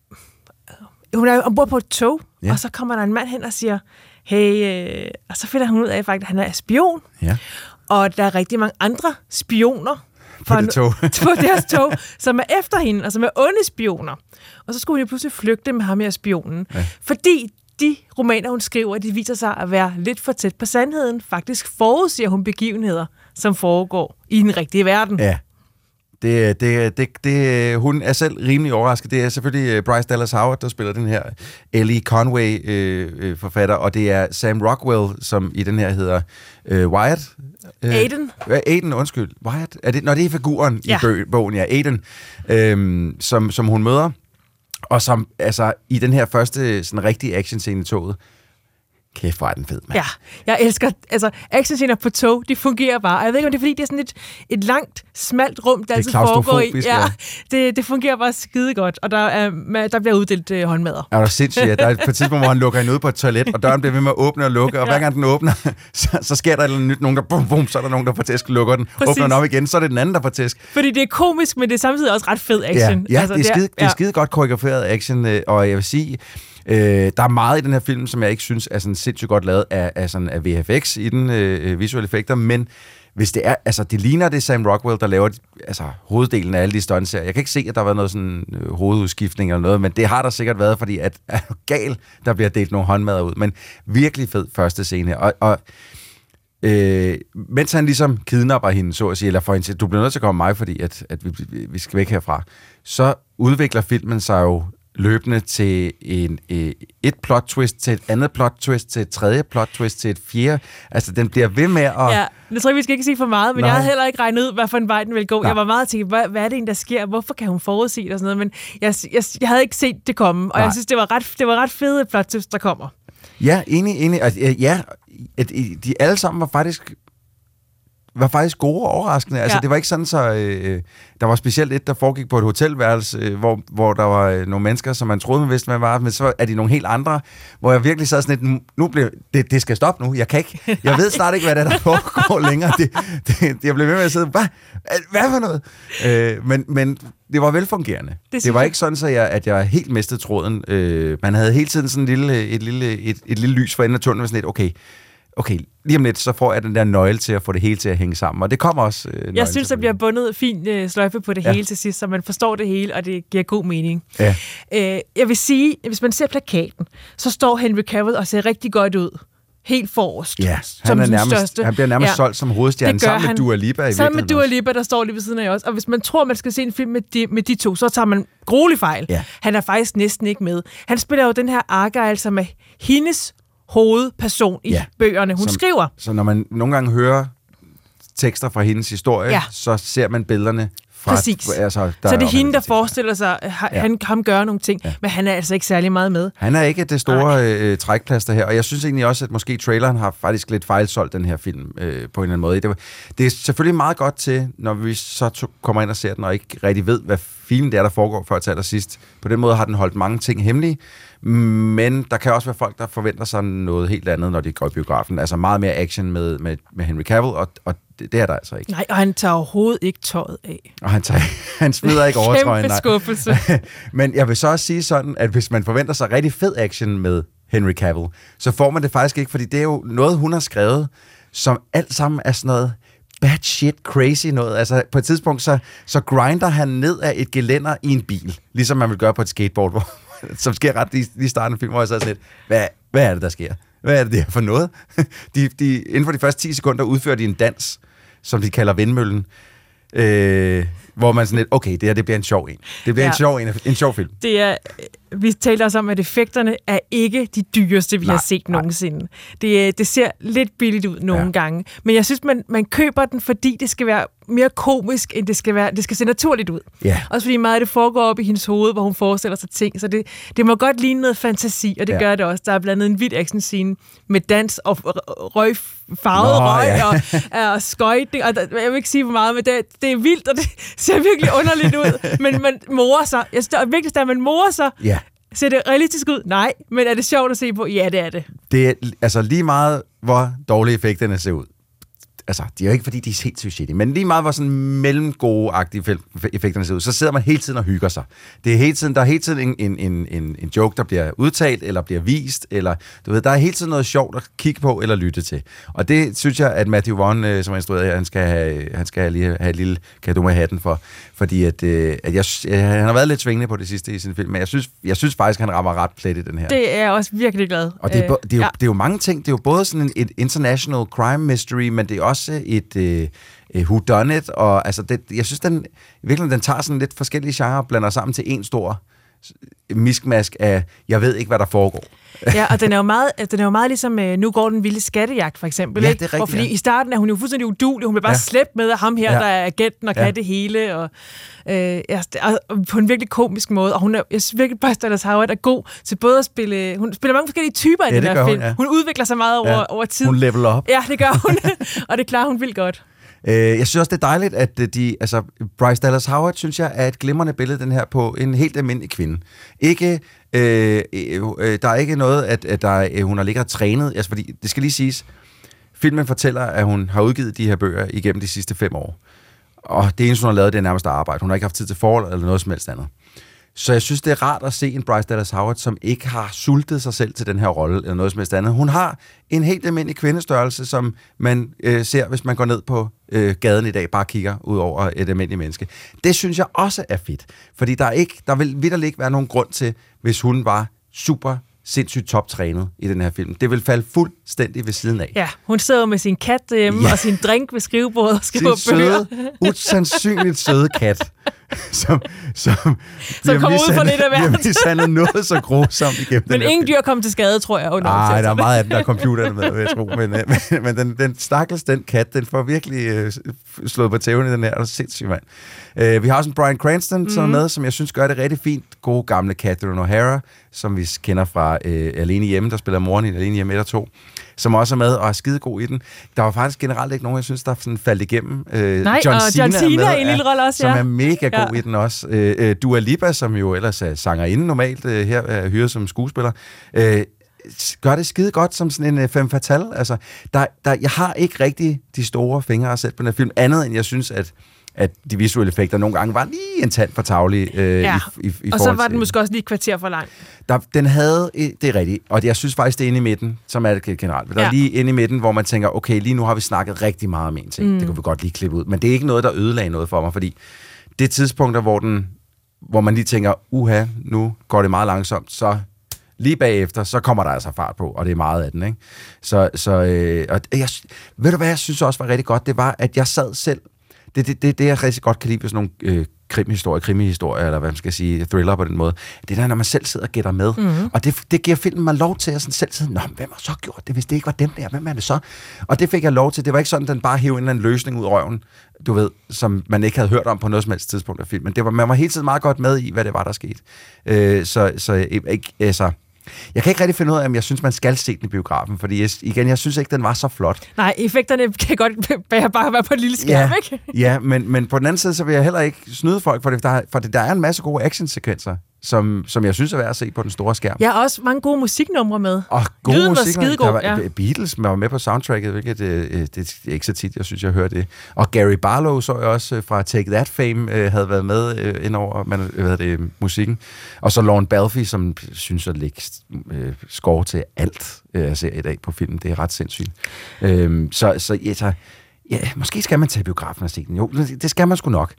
Hun er jo ombord på et tog, ja. og så kommer der en mand hen og siger... Hey, øh, og så finder hun ud af, faktisk, at han er spion. Ja. Og der er rigtig mange andre spioner på det tog. på deres tog, som er efter hende, og som er onde spioner. Og så skulle hun jo pludselig flygte med ham her spionen. Ja. Fordi de romaner, hun skriver, de viser sig at være lidt for tæt på sandheden. Faktisk forudsiger hun begivenheder, som foregår i den rigtige verden. Ja. Det, det, det, det, hun er selv rimelig overrasket. Det er selvfølgelig Bryce Dallas Howard, der spiller den her Ellie Conway-forfatter, øh, og det er Sam Rockwell, som i den her hedder øh, Wyatt. Øh, Aiden. Aiden, undskyld. Wyatt? Er det, når det er figuren ja. i bø, bogen, ja. Aiden, øh, som, som hun møder, og som altså i den her første sådan rigtige actionscene i toget, Kæft, hvor er den fed, mand. Ja, jeg elsker, altså actionscener på tog, de fungerer bare. Og jeg ved ikke, om det er, fordi det er sådan et, et langt, smalt rum, der altid foregår i. Ja, ja. Det, det fungerer bare skide godt, og der, er, der bliver uddelt øh, håndmadder. Ja, det er sindssygt. Ja. Der er på et tidspunkt, hvor han lukker hende ud på et toilet, og døren bliver ved med at åbne og lukke, og ja. hver gang den åbner, så, så sker der et eller andet nyt, nogen der bum, bum, så er der nogen, der får tæsk, lukker den, Præcis. åbner den op igen, så er det den anden, der får tæsk. Fordi det er komisk, men det er samtidig også ret fed action. Ja, ja altså, det, er skide, det, er, det er skide godt koreograferet action, og jeg vil sige, Øh, der er meget i den her film, som jeg ikke synes er sådan sindssygt godt lavet af, af, sådan, af V F X i den øh, visuelle effekter, men hvis det er, altså det ligner det Sam Rockwell, der laver altså, hoveddelen af alle de stunts her. Jeg kan ikke se, at der har været noget sådan øh, hovedudskiftning eller noget, men det har der sikkert været, fordi at er gal, der bliver delt nogle håndmadder ud, men virkelig fed første scene. Og, og øh, mens han ligesom kidnapper hende, så at sige, eller får hende til, du bliver nødt til at komme med mig, fordi at, at vi, vi skal væk herfra, så udvikler filmen sig jo løbende til en, et plot twist, til et andet plot twist, til et tredje plot twist, til et fjerde. Altså, den bliver ved med at... Ja, det tror jeg, vi skal ikke sige for meget, men Nej. jeg havde heller ikke regnet ud, hvad for en vej den ville gå. Nej. Jeg var meget tænkt, hvad, hvad er det egentlig, der sker? Hvorfor kan hun forudse det og sådan noget? Men jeg, jeg, jeg havde ikke set det komme, og Nej. jeg synes, det var ret, det var ret fede plot twist, der kommer. Ja, enig, enig. Og, ja, et, de alle sammen var faktisk... var faktisk gode og overraskende. Altså, ja. Det var ikke sådan, så... Øh, der var specielt et, der foregik på et hotelværelse, øh, hvor, hvor der var øh, nogle mennesker, som man troede, man vidste, man var, men så er de nogle helt andre, hvor jeg virkelig sad sådan lidt, nu bliver det, det skal stoppe nu, jeg kan ikke. Jeg ved snart ikke, hvad der, der foregår længere. Det, det, jeg blev ved med at sidde, hvad? Hvad for noget? Øh, men, men det var velfungerende. Det, det var ikke sådan, så jeg, at jeg helt mistede tråden. Øh, man havde hele tiden sådan en lille, et, lille, et, et lille lys for enden af tunnelen, sådan lidt, okay, okay, lige om lidt, så får jeg den der nøgle til at få det hele til at hænge sammen, og det kommer også... Øh, jeg synes, der bliver bundet fin øh, sløjfe på det ja. hele til sidst, så man forstår det hele, og det giver god mening. Ja. Øh, jeg vil sige, hvis man ser plakaten, så står Henry Cavill og ser rigtig godt ud. Helt forrest. Ja, som han, er nærmest, største. han bliver nærmest ja. solgt som hovedstjerne sammen med Dua Lipa. I sammen med Dua Lipa, der står lige ved siden af os. Og hvis man tror, man skal se en film med de, med de to, så tager man gruelig fejl. Ja. Han er faktisk næsten ikke med. Han spiller jo den her Argyle, som er hendes hovedperson i ja. bøgerne, hun som, skriver. Så når man nogle gange hører tekster fra hendes historie, ja. så ser man billederne fra... Præcis. Altså, så det er hende, der forestiller sig, at han ja. ham gøre nogle ting, ja. men han er altså ikke særlig meget med. Han er ikke det store øh, trækplaster her, og jeg synes egentlig også, at måske traileren har faktisk lidt fejlsolgt den her film øh, på en eller anden måde. Det, var, det er selvfølgelig meget godt til, når vi så to, kommer ind og ser den, og ikke rigtig ved, hvad filmen det er, der foregår før til allersidst. På den måde har den holdt mange ting hemmelige, men der kan også være folk, der forventer sig noget helt andet, når de går i biografen. Altså meget mere action med, med, med Henry Cavill, og, og det, det er der altså ikke. Nej, og han tager overhovedet ikke tøjet af. Og han, tager, han smider ikke overtrøjen. Kæmpe skuffelse. Men jeg vil så også sige sådan, at hvis man forventer sig rigtig fed action med Henry Cavill, så får man det faktisk ikke, fordi det er jo noget, hun har skrevet, som alt sammen er sådan noget bad shit, crazy noget. Altså på et tidspunkt, så, så grinder han ned af et gelænder i en bil, ligesom man vil gøre på et skateboard, hvor, som sker ret lige i starten af filmen, hvor jeg så sådan lidt, hvad, hvad er det, der sker? Hvad er det der for noget? De, de, inden for de første ti sekunder udfører de en dans, som de kalder Vindmøllen, øh, hvor man sådan lidt, okay, det her det bliver en sjov en. Det bliver ja. en, sjov, en, en sjov film. Det er, vi taler også om, at effekterne er ikke de dyreste, vi nej, har set nej. nogensinde. Det, det ser lidt billigt ud nogle ja. gange, men jeg synes, man, man køber den, fordi det skal være mere komisk, end det skal være. Det skal se naturligt ud. Ja. Også fordi meget af det foregår op i hendes hoved, hvor hun forestiller sig ting, så det, det må godt ligne noget fantasi, og det ja. gør det også. Der er blandt andet en vild action-scene med dans og røg, farvet Nå, røg ja. og, og skøjtning, og der, jeg vil ikke sige for meget, men det, det er vildt, og det ser virkelig underligt ud, men man morer sig. Jeg synes, det er vigtigst, at man morer sig. Ja. Ser det realistisk ud? Nej. Men er det sjovt at se på? Ja, det er det. Det er altså lige meget, hvor dårlige effekterne ser ud. Altså, det er jo ikke, fordi de er helt shitty, men lige meget, hvor sådan mellemgode-agtige effekterne ser ud, så sidder man hele tiden og hygger sig. Det er hele tiden, der er hele tiden en, en, en, en, en joke, der bliver udtalt, eller bliver vist, eller du ved, der er hele tiden noget sjovt at kigge på, eller lytte til. Og det synes jeg, at Matthew Vaughn, øh, som er instrueret her, han skal have, han skal have, lige have et lille cadeau med hatten for, fordi at, øh, at jeg, han har været lidt svingende på det sidste i sin film, men jeg synes, jeg synes faktisk, han rammer ret plet i den her. Det er jeg også virkelig glad. Og det er, det er, jo, ja. det er jo mange ting. Det er jo både sådan et international crime mystery, men det er også et øh, whodunit, og altså det, jeg synes, den, i virkeligheden, den tager sådan lidt forskellige genrer og blander sammen til en stor miskmask af, jeg ved ikke, hvad der foregår. Ja, og den er jo meget, den er jo meget ligesom, nu går den vilde skattejagt, for eksempel. Ja, ikke? det er rigtigt, og fordi ja. i starten er hun jo fuldstændig uduelig. Hun bliver bare ja. slæbt med af ham her, ja. der er agenten og kan ja. det hele. Og, øh, ja, og på en virkelig komisk måde. Og hun er, jeg synes virkelig, Bryce Dallas Howard er god til både at spille... Hun spiller mange forskellige typer i ja, den her film. Hun, ja. hun udvikler sig meget over, ja. over tid. Hun leveler op. Ja, det gør hun. Og det klarer hun vildt godt. Jeg synes også, det er dejligt, at de, altså Bryce Dallas Howard, synes jeg, er et glimrende billede, den her, på en helt almindelig kvinde. Ikke, øh, øh, der er ikke noget, at, at der, øh, hun har ligget og trænet, altså fordi, det skal lige siges, filmen fortæller, at hun har udgivet de her bøger igennem de sidste fem år. Og det eneste, hun har lavet, det er nærmest arbejde. Hun har ikke haft tid til forhold eller noget som helst andet. Så jeg synes, det er rart at se en Bryce Dallas Howard, som ikke har sultet sig selv til den her rolle, eller noget som helst andet. Hun har en helt almindelig kvindestørrelse, som man øh, ser, hvis man går ned på øh, gaden i dag, bare kigger ud over et almindeligt menneske. Det synes jeg også er fedt, fordi der, er ikke, der vil vitterligt ikke være nogen grund til, hvis hun var super sindssygt toptrænet i den her film. Det vil falde fuldstændig ved siden af. Ja, hun sidder med sin kat hjemme, ja. og sin drink ved skrivebordet og skriver sin bøger. Søde, usandsynligt søde kat. Som, som, som kommer ud fra lidt af verden. Hvis han er noget så grusomt igennem men den ingen dyr kom til skade, tror jeg. Nej, der er meget af den, der er computerne med, vil jeg tro. Men, men, men den, den stakkels, den kat, den får virkelig uh, slået på tæven i den her. Det er sindssygt, mand. Uh, vi har også en Bryan Cranston, mm. som er med, som jeg synes gør det rigtig fint. God gamle Catherine O'Hara, som vi kender fra uh, Alene Hjemme, der spiller moren i Alene Hjemme et og to, som også er med og er skidegod i den. Der var faktisk generelt ikke nogen, jeg synes, der sådan faldt igennem. Uh, Nej, John og Cena John Cena er med, en lille rolle også, som ja. er mega god ja. i den også. Uh, uh, Dua Lipa, som jo ellers er sangerinde normalt, uh, her er hyret som skuespiller, uh, gør det skide godt som sådan en uh, femme fatale. Altså, der, der, jeg har ikke rigtig de store fingre at sætte på den her film, andet end jeg synes, at at de visuelle effekter nogle gange var lige en tand for tavlig. Øh, ja. i, i, i og så var den måske også lige et kvarter for lang. Der, den havde, det er rigtigt, og jeg synes faktisk, det er inde i midten, som er det generelt. Der ja. er lige inde i midten, hvor man tænker, okay, lige nu har vi snakket rigtig meget om en ting. Mm. Det kunne vi godt lige klippe ud. Men det er ikke noget, der ødelagde noget for mig, fordi det er tidspunkter, hvor, den, hvor man lige tænker, uha, nu går det meget langsomt, så lige bagefter, så kommer der altså fart på, og det er meget af den, ikke? Så, så øh, og jeg, ved du hvad, jeg synes også var rigtig godt, det var, at jeg sad selv. Det er det, det, det, jeg rigtig godt kan lide ved sådan nogle øh, krimhistorier, krimihistorier, eller hvad man skal sige, thriller på den måde. Det er der, når man selv sidder og gætter med. Mm-hmm. Og det, det giver filmen mig lov til at sådan selv sidde, nå, hvem har så gjort det, hvis det ikke var dem der? Hvem er det så? Og det fik jeg lov til. Det var ikke sådan, at den bare hævde en eller anden løsning ud af røven, du ved, som man ikke havde hørt om på noget som helst tidspunkt af filmen. Det var, man var hele tiden meget godt med i, hvad det var, der skete. Øh, så, så ikke, altså... Jeg kan ikke rigtig finde ud af, om jeg synes, man skal se den i biografen, fordi jeg, igen, jeg synes ikke, den var så flot. Nej, effekterne kan godt bære bare være på et lille skærm, ja, ikke? Ja, men, men på den anden side, så vil jeg heller ikke snyde folk, for det, der, for det, der er en masse gode actionsekvenser, som, som jeg synes er værd at se på den store skærm. Jeg har også mange gode musiknumre med. Og gode Lyden musik. var skidegod, ja. Beatles var med på soundtracket, hvilket det, det er ikke så tit, jeg synes, jeg hører det. Og Gary Barlow så jeg også fra Take That Fame øh, havde været med øh, ind over man, hvad det, musikken. Og så Lorne Balfe, som synes at lægge øh, score til alt, øh, jeg ser i dag på filmen. Det er ret sindssygt. Øh, så så ja, så ja, måske skal man tage biografen og se den. Jo, det skal man sgu nok.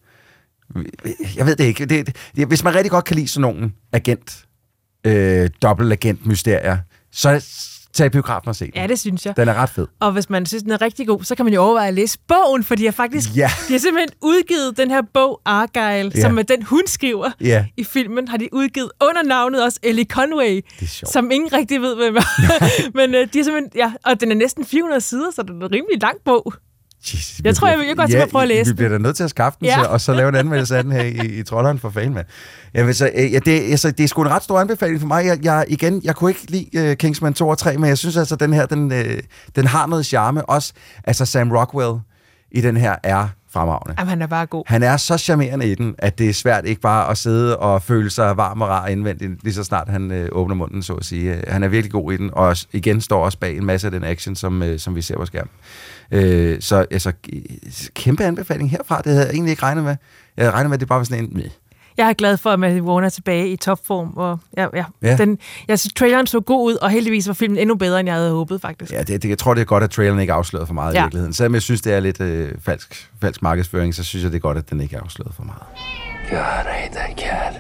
Jeg ved det ikke. Det, det, hvis man rigtig godt kan lide sådan nogle agent, øh, dobbeltagent-mysterier, så tag biografen og se den. Ja, det synes jeg. Den er ret fed. Og hvis man synes, den er rigtig god, så kan man jo overveje at læse bogen, for de har faktisk ja. de har simpelthen udgivet den her bog, Argyle, ja. som er den, hun skriver ja. i filmen, har de udgivet under navnet også Ellie Conway, som ingen rigtig ved, hvem er. Men øh, de er simpelthen, ja, og den er næsten fire hundrede sider, så det er en rimelig lang bog. Jesus, jeg tror, jeg vil godt ja, prøve at læse vi bliver da nødt til at skaffe den, ja. til, og så lave en anmeldelse af den her i, i Trolderen for fanden, mand. Ja, så, ja, det, altså, det er sgu en ret stor anbefaling for mig. Jeg, jeg, igen, jeg kunne ikke lide uh, Kingsman to og tre, men jeg synes altså, den her, den, uh, den har noget charme. Også, altså Sam Rockwell i den her er fremragende. Jamen, han er bare god. Han er så charmerende i den, at det er svært ikke bare at sidde og føle sig varm og rar indvendigt, lige så snart han øh, åbner munden, så at sige. Han er virkelig god i den, og igen står også bag en masse af den action, som, øh, som vi ser på skærmen. Øh, så altså, kæmpe anbefaling herfra, det havde jeg egentlig ikke regnet med. Jeg havde regnet med, at det bare var sådan en... Jeg er glad for, at Matthew Vaughn er tilbage i topform, og ja, ja. ja. Den, jeg synes, traileren så god ud, og heldigvis var filmen endnu bedre, end jeg havde håbet, faktisk. Ja, det, det, jeg tror, det er godt, at traileren ikke er afsløret for meget ja. i virkeligheden. Selvom jeg synes, det er lidt øh, falsk, falsk markedsføring, så synes jeg, det er godt, at den ikke er afsløret for meget. God, I hate that cat.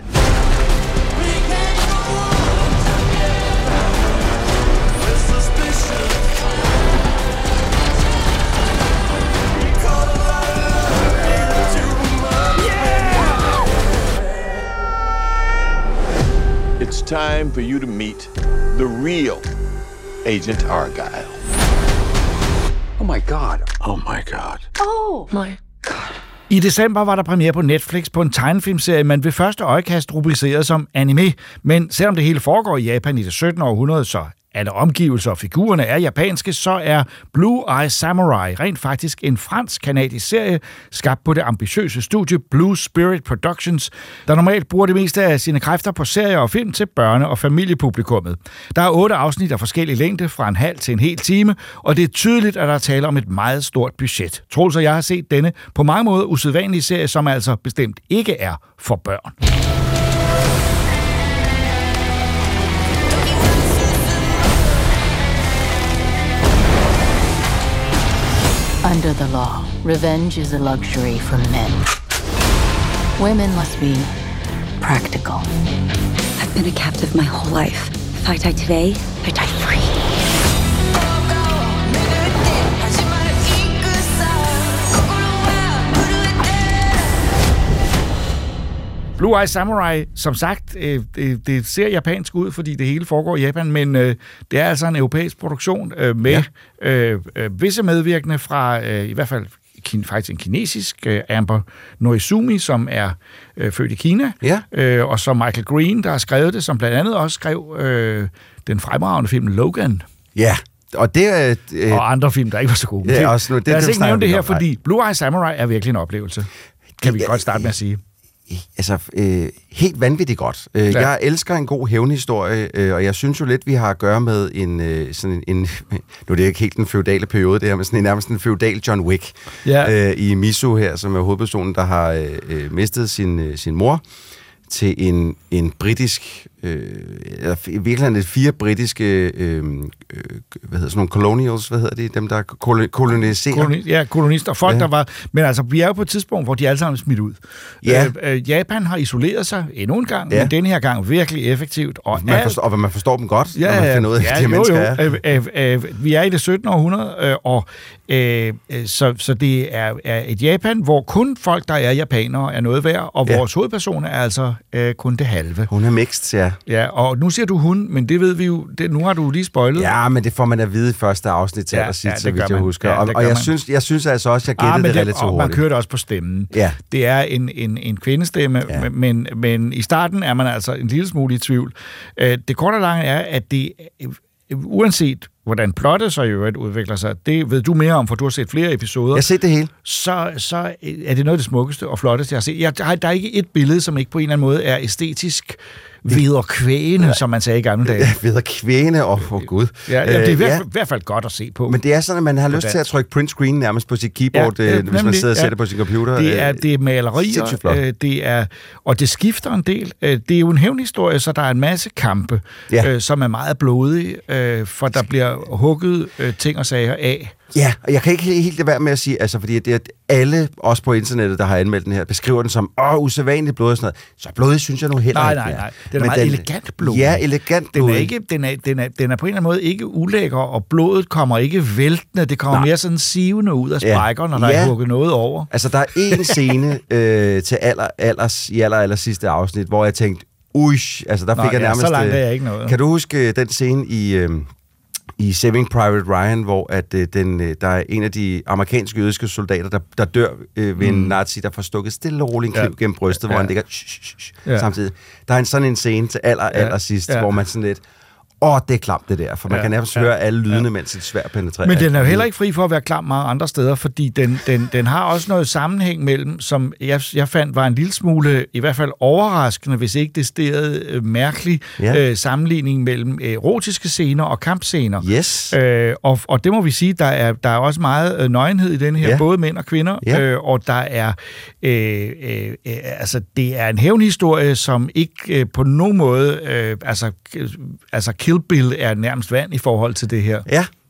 time for you to meet the real Agent Argyle. Oh my god. Oh my god. Oh my god. I december var der premiere på Netflix på en tegnefilmserie, man ved første øjekast rubricerede som anime. Men selvom det hele foregår i Japan i det syttende århundrede, så alle omgivelser og figurerne er japanske, så er Blue Eye Samurai rent faktisk en fransk-kanadisk serie, skabt på det ambitiøse studie Blue Spirit Productions, der normalt bruger det meste af sine kræfter på serier og film til børne- og familiepublikummet. Der er otte afsnit af forskellig længde, fra en halv til en hel time, og det er tydeligt, at der taler om et meget stort budget. Troels og jeg har set denne på mange måder usædvanlige serie, som altså bestemt ikke er for børn. Under the law, revenge is a luxury for men. Women must be practical. I've been a captive my whole life. If I die today, I die free. Blue Eye Samurai, som sagt, øh, det, det ser japansk ud, fordi det hele foregår i Japan, men øh, det er altså en europæisk produktion øh, med ja. øh, øh, visse medvirkende fra, øh, i hvert fald kin, faktisk en kinesisk, øh, Amber Noizumi, som er øh, født i Kina, ja. øh, og så Michael Green, der har skrevet det, som blandt andet også skrev øh, den fremragende film Logan. Ja, og det er... Øh, og andre film, der ikke var så gode. Ja, det, også nu, det, lad os ikke nævne det her, om, fordi Blue Eye Samurai er virkelig en oplevelse. Kan vi ja, godt starte med at sige. Altså, øh, helt vanvittigt godt. Øh, ja. Jeg elsker en god hævnhistorie, øh, og jeg synes jo lidt, vi har at gøre med en, øh, sådan en, en nu er det ikke helt den feudale periode, det her, men sådan en, nærmest en feudal John Wick ja. øh, i Miso her, som er hovedpersonen, der har øh, mistet sin, øh, sin mor til en, en britisk, øh, eller i virkeligheden et fire britiske, øh, øh, hvad hedder sådan nogle colonials, hvad hedder det, dem der kol- koloniserer? Koloni- ja, kolonister, folk ja. der var, men altså vi er jo på et tidspunkt, hvor de alle sammen er smidt ud. Ja. Øh, øh, Japan har isoleret sig endnu en gang, ja. men denne her gang virkelig effektivt. Og, man alt, forstår, og man forstår dem godt, ja, når man finder ud af, ja, at de jo, mennesker jo. er. Øh, øh, øh, vi er i det syttende århundrede, øh, og øh, så, så det er, er et Japan, hvor kun folk, der er japanere, er noget værd, og ja. vores hovedperson er altså øh, kun det halve. Hun er mixed, ja. Ja, og nu siger du hun, men det ved vi jo, det, nu har du lige spoilet. Ja, men det får man at vide i første afsnit til ja, allersidst, ja, så vidt jeg husker. Ja, og og jeg, synes, jeg synes altså også, at jeg gættede ah, det, det relativt hurtigt. Man kører det også på stemmen. Ja. Det er en, en, en kvindestemme, ja. men, men i starten er man altså en lille smule i tvivl. Det korte og lange er, at det uanset hvordan plottet så i øvrigt udvikler sig, det ved du mere om, for du har set flere episoder. Jeg har set det hele. Så, så er det noget af det smukkeste og flotteste, jeg har set. Jeg, der er ikke et billede, som ikke på en eller anden måde er æstetisk vederkvægende, ja. som man sagde i gamle dage. Vederkvægende, åh, oh, oh, gud. Ja, ja, det er i hvert, ja. hvert fald godt at se på. Men det er sådan, at man har lyst til at trykke print screen nærmest på sit keyboard, ja, øh, hvis man sidder og sætter ja. på sin computer. Det er, det er malerier, øh, det er, og det skifter en del. Det er jo en hævnhistorie, så der er en masse kampe, ja. øh, som er meget blodige, øh, for der bliver hugget øh, ting og sager af. Ja, og jeg kan ikke helt lade være med at sige, altså fordi det er alle, også på internettet, der har anmeldt den her, beskriver den som, åh, usædvanligt blodig og sådan noget. Så blodig synes jeg nu heller nej, ikke. Nej, nej, nej. Den er Men meget den, elegant blodig. Ja, elegant blodig. Den er, ikke, den, er, den, er, den er på en eller anden måde ikke ulækker, og blodet kommer ikke væltende. Det kommer nej. mere sådan sivende ud af sprækker, ja. når der ja. er hugget noget over. Altså, der er en scene øh, til aller, aller, i aller, aller sidste afsnit, hvor jeg tænkte, uish, altså der Nå, fik jeg ja, nærmest... så langt er jeg ikke noget. Kan du huske den scene i... Øh, i Saving Private Ryan, hvor at, øh, den, øh, der er en af de amerikanske jødiske soldater, der, der dør øh, ved mm. en nazi, der får stukket stille og roligt en kniv ja. gennem brystet, hvor ja. han ligger shh, shh, shh, ja. samtidig. Der er en sådan en scene til aller, aller ja. sidst, ja. hvor man sådan lidt, åh, det er klamt det der, for man ja. kan nærmest ja. høre alle lydene, ja. mens et sværd penetrerer. Men den er jo heller ikke fri for at være klam mange andre steder, fordi den, den, den har også noget sammenhæng mellem, som jeg, jeg fandt var en lille smule, i hvert fald overraskende, hvis ikke det stedede øh, mærkelig ja. øh, sammenligning mellem erotiske scener og kampscener. Yes. Øh, og, og det må vi sige, der er, der er også meget øh, nøgenhed i den her, ja. både mænd og kvinder, ja. øh, og der er, øh, øh, øh, altså det er en hævnhistorie, som ikke øh, på nogen måde, øh, altså, øh, altså Kill Bill er nærmest vand i forhold til det her. Ja,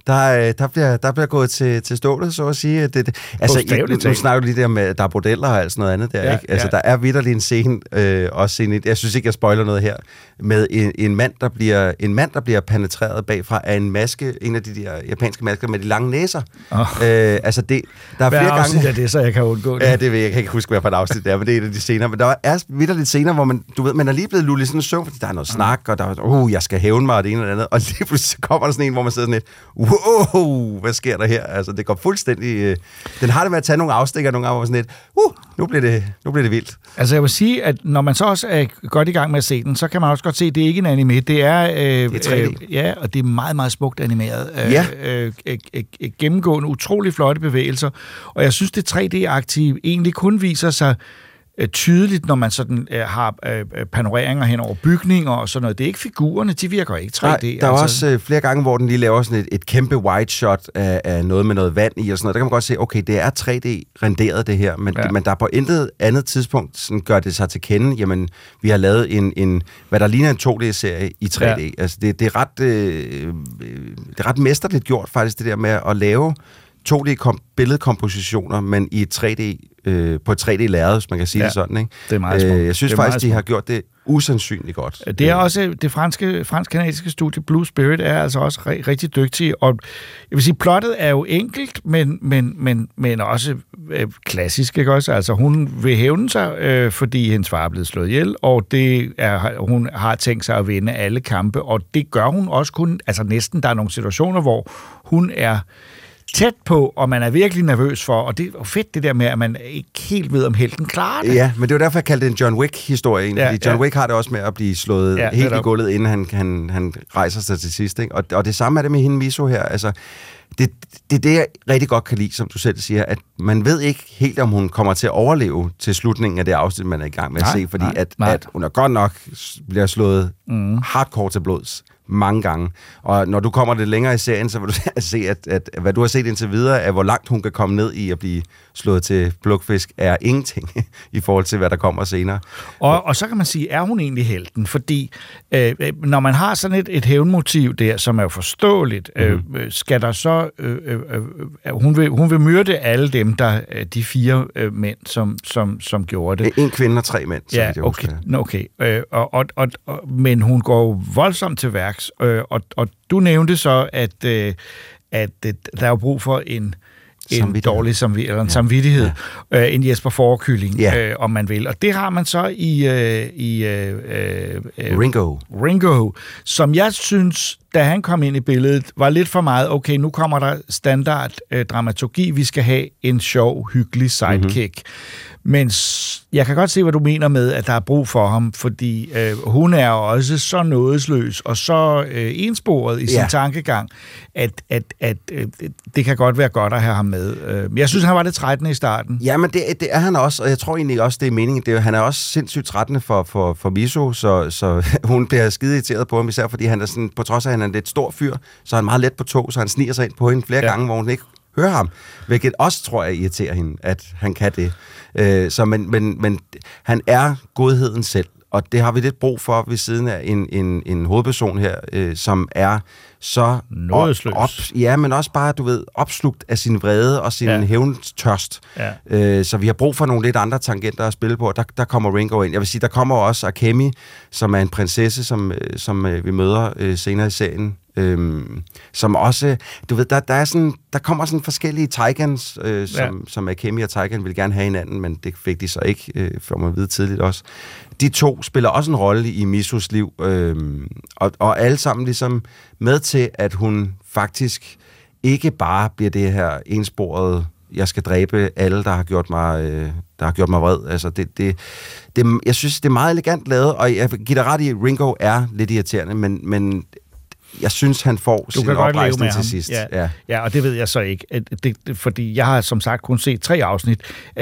Der, der, bliver, der bliver gået til, til stålet, så at sige. Det, det, altså, I, nu, nu snakker du lige der med, at der er bordeller og alt sådan noget andet der, ja, ikke? Altså, ja. Der er vitterlig en scene, øh, også en, jeg synes ikke, jeg spoiler noget her, med en, en, mand, der bliver, en mand, der bliver penetreret bagfra af en maske, en af de der japanske masker med de lange næser. Oh. Øh, altså, det, der er hvad flere gange... er det, så jeg kan undgå det? Ja, det ved jeg, jeg kan ikke huske, hvad for et afsnit det er, men det er en af de scener. Men der er vitterligt scener, hvor man, du ved, man er lige blevet lullet i sådan en søvn, fordi der er noget snak, og der er, uh, jeg skal hævne mig, og det ene og det andet, og lige pludselig kommer der sådan en, hvor man sidder sådan lidt, wow, hvad sker der her? Altså, det går fuldstændig... Øh, den har det med at tage nogle afstikker nogle gange, hvor sådan lidt, uh, nu bliver det, nu bliver det vildt. Altså, jeg vil sige, at når man så også er godt i gang med at se den, så kan man også godt se, at det er ikke en anime. Det er... Øh, det er tre D. Øh, ja, og det er meget, meget smukt animeret. Ja. Øh, øh, øh, øh, gennemgående, utrolig flotte bevægelser. Og jeg synes, det tre D-aktive egentlig kun viser sig tydeligt, når man sådan øh, har øh, panoreringer hen over bygninger og sådan noget. Det er ikke figurerne, de virker ikke tre D. Nej, der er altså. også øh, flere gange, hvor den lige laver sådan et, et kæmpe wide shot af, af noget med noget vand i og sådan noget. Der kan man godt se, okay, det er tre D-renderet det her, men, ja. men der på intet andet tidspunkt sådan gør det sig til kende. Jamen, vi har lavet en, en hvad der ligner en to D-serie i tre D. Ja. Altså, det, det, er ret, øh, det er ret mesterligt gjort faktisk, det der med at lave to D-billedkompositioner, men i et tre D, øh, på et tre D-lærred, hvis man kan sige ja, det sådan. Ikke? Det er meget smukt. Øh, jeg synes faktisk, de har gjort det usandsynligt godt. Det er også det franske, fransk-kanadiske studie Blue Spirit er altså også re- rigtig dygtige, og jeg vil sige, plottet er jo enkelt, men, men, men, men også øh, klassisk, ikke også? Altså, hun vil hævne sig, øh, fordi hendes far er blevet slået ihjel, og det er, hun har tænkt sig at vinde alle kampe, og det gør hun også kun, altså næsten, der er nogle situationer, hvor hun er tæt på, og man er virkelig nervøs for, og det er fedt det der med, at man ikke helt ved, om helten klarer det. Ja, men det er derfor, jeg kaldte det en John Wick-historie, ja, fordi John ja. Wick har det også med at blive slået ja, helt i gulvet, inden han, han, han rejser sig til sidst. Ikke? Og, og det samme er det med hende Miso her. Altså, det, det er det, jeg rigtig godt kan lide, som du selv siger, at man ved ikke helt, om hun kommer til at overleve til slutningen af det afsnit, man er i gang med nej, at se, fordi nej, at, nej. at hun er godt nok bliver slået mm. hardcore til blods mange gange. Og når du kommer lidt længere i serien, så vil du se, at, at hvad du har set indtil videre, er hvor langt hun kan komme ned i at blive slået til plukfisk, er ingenting i forhold til, hvad der kommer senere. Og, og så kan man sige, er hun egentlig helten? Fordi øh, når man har sådan et, et hævnmotiv der, som er jo forståeligt, mm-hmm. øh, skal der så... Øh, øh, øh, hun, vil, hun vil myrde alle dem, der de fire øh, mænd, som, som, som gjorde det. En kvinde og tre mænd. Ja, okay. okay. Øh, og, og, og, og, men hun går voldsomt til værk. Øh, og, og du nævnte så, at, øh, at øh, der er jo brug for en, en dårlig samvittighed, eller en ja. samvittighed, ja. øh, en Jesper Fårekylling, ja. øh, om man vil. Og det har man så i, øh, i øh, øh, Ringo. Ringo, som jeg synes, da han kom ind i billedet, var lidt for meget, okay, nu kommer der standard øh, dramaturgi, vi skal have en sjov, hyggelig sidekick. Mm-hmm. Men jeg kan godt se, hvad du mener med, at der er brug for ham, fordi øh, hun er også så nådesløs og så øh, ensporet i sin ja. tankegang, at, at, at øh, det kan godt være godt at have ham med. Øh, jeg synes, han var lidt trættende i starten. Ja, men det, det er han også, og jeg tror egentlig også, det er meningen. Det er, han er også sindssygt trættende for, for, for Miso, så, så hun bliver skide irriteret på ham, især fordi han er sådan, på trods af, at han er en lidt stor fyr, så er han meget let på tog, så han sniger sig ind på hende flere ja. gange, hvor hun ikke hører ham, hvilket også, tror jeg, irriterer hende, at han kan det. Øh, så, men, men, men han er godheden selv, og det har vi lidt brug for ved siden af en, en, en hovedperson her, øh, som er så nådesløs. Op, ja, men også bare, du ved, opslugt af sin vrede og sin ja. hævntørst. Ja. Øh, så vi har brug for nogle lidt andre tangenter at spille på, og der, der kommer Ringo ind. Jeg vil sige, der kommer også Akemi, som er en prinsesse, som, som vi møder øh, senere i serien. Øhm, som også, du ved, der, der er sådan, der kommer sådan forskellige Taigans, øh, som, ja. som Akemi og Taigan ville gerne have hinanden, men det fik de så ikke, øh, for man vide tidligt også. De to spiller også en rolle i Misos liv, øh, og, og alle sammen ligesom med til, at hun faktisk ikke bare bliver det her ensporede, jeg skal dræbe alle, der har gjort mig, øh, der har gjort mig vred. Altså det, det, det, jeg synes, det er meget elegant lavet, og jeg giver dig ret i, Ringo er lidt irriterende, men, men jeg synes, han får du sin oprejsning til sidst. Ja, ja. ja, og det ved jeg så ikke, det, det, fordi jeg har som sagt kun set tre afsnit.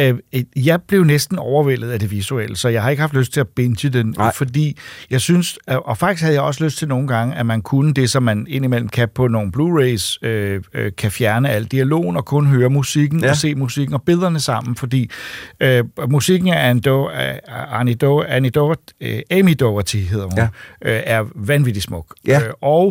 Jeg blev næsten overvældet af det visuelle, så jeg har ikke haft lyst til at binge den, Nej. fordi jeg synes, og faktisk havde jeg også lyst til nogle gange, at man kunne det, som man indimellem kan på nogle Blu-rays, øh, øh, kan fjerne al dialogen og kun høre musikken ja. og se musikken og billederne sammen, fordi øh, musikken af Annie Doherty, Amy Doherty hedder hun, ja. øh, er vanvittigt smuk. Ja. Øh, og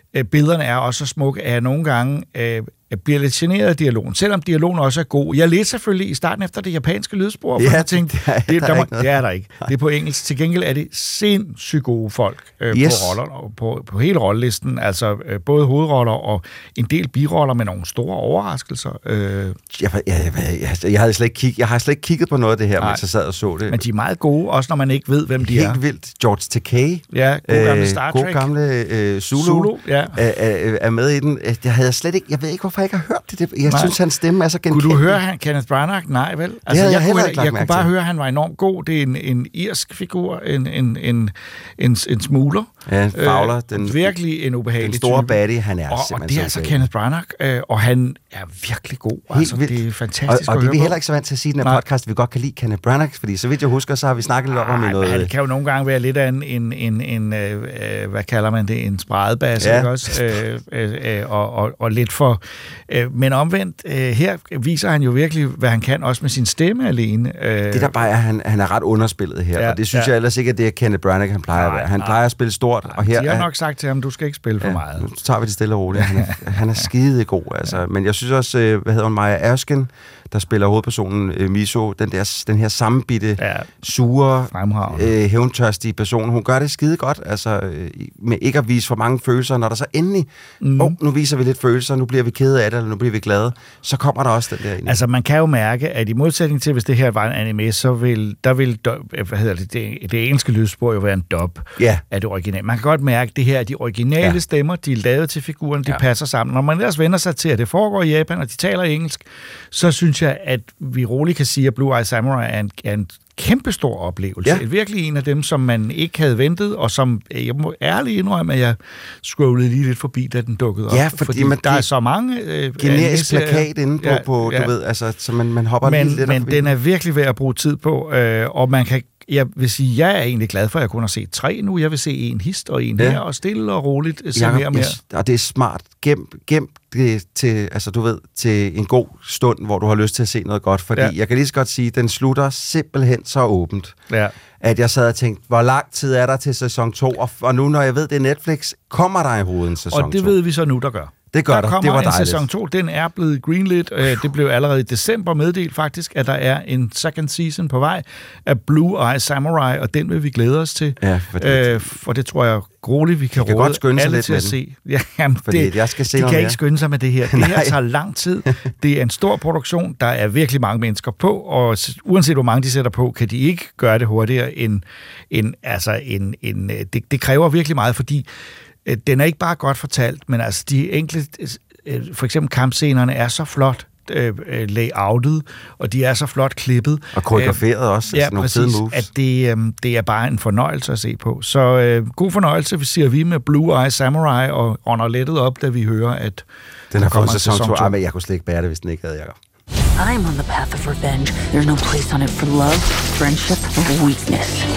øh, billederne er også så smukke, at jeg nogle gange øh, jeg bliver lidt generet af dialogen, selvom dialogen også er god. Jeg læste selvfølgelig i starten efter det japanske lydspor, ja, for jeg tænkte, det, det, der der er må, ikke det er der ikke. Det er på engelsk. Til gengæld er det sindssygt gode folk øh, yes. på roller, på, på hele rollelisten, altså øh, både hovedroller og en del biroller med nogle store overraskelser. Øh. Jeg, jeg, jeg, jeg, jeg, havde slet ikke kig, jeg har slet ikke kigget på noget af det her, Nej. mens jeg sad og så det. Men de er meget gode, også når man ikke ved, hvem de Helt er. Helt vildt. George Takei. Ja, god gamle Star Trek. God gamle øh, Zulu, Zulu ja. er, er, er med i den. Jeg havde slet ikke, jeg ved ikke, hvorfor jeg ikke har hørt det. Jeg Nej. synes, hans stemme er så genkendelig. Kunne du høre han, Kenneth Branagh? Nej, vel? Altså, jeg, jeg, jeg, kunne, jeg, jeg kunne bare høre, at han var enormt god. Det er en, en irsk figur, en, en, en, en, en smugler. Ja, Fowler. Den, øh, virkelig en ubehagelig Den store type. baddie, han er og, simpelthen og det er altså ubehagelig. Kenneth Branagh, øh, og han er virkelig god. Helt altså, vildt. Det er fantastisk og, og at det er vi høre heller på. ikke så vant til at sige i den her podcast, at vi godt kan lide Kenneth Branagh, fordi så vidt jeg husker, så har vi snakket lidt om i noget... Han kan jo nogle gange være lidt af en, en, en, en øh, hvad kalder man det, en spredebasse, ja. ikke også? Øh, øh, øh, og, og, og lidt for... Øh, men omvendt, øh, her viser han jo virkelig, hvad han kan, også med sin stemme alene. Øh, det der bare er, han, han er ret underspillet her, ja, og det synes ja. jeg ellers ikke, at det er Kenneth Branagh, han plejer nej, at være. Han nej, plejer at spille stort, nej, og her... De har er, nok sagt til ham, du skal ikke spille for ja, meget. Nu tager vi det stille og roligt. Han er, han er skide god, altså. Ja. Men jeg synes også, hvad hedder hun, Maja Erskine, der spiller hovedpersonen øh, Miso, den, der, den her sammenbitte, ja. sure, øh, hævntørstige person. Hun gør det skide godt, altså øh, med ikke at vise for mange følelser. Når der så endelig, mm. oh, nu viser vi lidt følelser, nu bliver vi kede af det, eller nu bliver vi glade, så kommer der også den der ind. Altså man kan jo mærke, at i modsætning til, hvis det her var en anime, så vil, der vil, hvad hedder det, det, det engelske lydspor jo være en dub ja. af det originale. Man kan godt mærke, at det her er de originale ja. stemmer, de er lavet til figuren, de ja. passer sammen. Når man ellers vender sig til, at det foregår i Japan, og de taler engelsk, så synes jeg, at vi roligt kan sige, at Blue Eye Samurai er en, er en kæmpestor oplevelse. Ja. Virkelig en af dem, som man ikke havde ventet, og som, jeg må ærligt indrømme, at jeg scrollede lige lidt forbi, da den dukkede op. Ja, fordi, fordi man, der er så mange... Øh, generisk plakat inde på, ja, på ja. du ved, altså, så man, man hopper men, lige lidt Men forbi. den er virkelig værd at bruge tid på, øh, og man kan... Jeg vil sige, jeg er egentlig glad for, at jeg kun har set tre nu. Jeg vil se en hist og en ja. her, og stille og roligt se ja, mere og mere. Ja, og det er smart. Gem, gem det til, altså du ved, til en god stund, hvor du har lyst til at se noget godt. Fordi ja. jeg kan lige så godt sige, at den slutter simpelthen så åbent, ja. at jeg sad og tænkte, hvor lang tid er der til sæson to? Og, og nu, når jeg ved, det er Netflix, kommer der i hovedet en sæson to? Og det to. Ved vi så nu, der gør. Det gør der. Der kommer det var en dejligt. Sæson to, den er blevet greenlit. Det blev allerede i december meddelt faktisk, at der er en second season på vej af Blue Eye Samurai, og den vil vi glæde os til. Ja, for det, øh, for det tror jeg grueligt, vi kan, kan råde alle til at se. Ja, jamen, fordi det, jeg skal se de kan mere. ikke skynde sig med det her. Det her tager lang tid. Det er en stor produktion. Der er virkelig mange mennesker på, og uanset hvor mange de sætter på, kan de ikke gøre det hurtigere end... end altså en, en, det, det kræver virkelig meget, fordi den er ikke bare godt fortalt, men altså de enkelte, for eksempel kampscenerne er så flot øh, layoutet, og de er så flot klippet. Og koreograferet øh, også, ja, altså nogle fede moves. At det, øh, det er bare en fornøjelse at se på. Så øh, god fornøjelse, siger vi med Blue Eye Samurai, og ånder lettet op, da vi hører, at den har fået sæson to. Ej, men jeg kunne slet ikke bære det, hvis den ikke havde, Jacob. I'm on the path of revenge. There's no place on it for love, friendship, or weakness.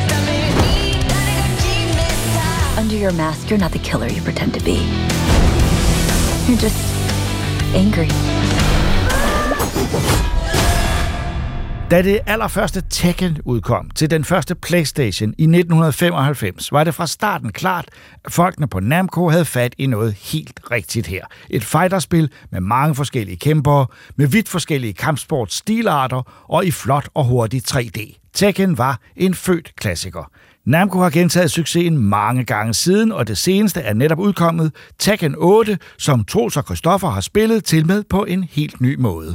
Under your mask, you're not the killer you pretend to be. You're just angry. Da det allerførste Tekken udkom til den første PlayStation i nitten femoghalvfems, var det fra starten klart, at folkene på Namco havde fat i noget helt rigtigt her. Et fighterspil med mange forskellige kæmpere, med vidt forskellige kampsportsstilarter og i flot og hurtig tre D. Tekken var en født klassiker. Namco har gentaget succesen mange gange siden, og det seneste er netop udkommet, Tekken otte, som Troels og Christoffer har spillet til med på en helt ny måde.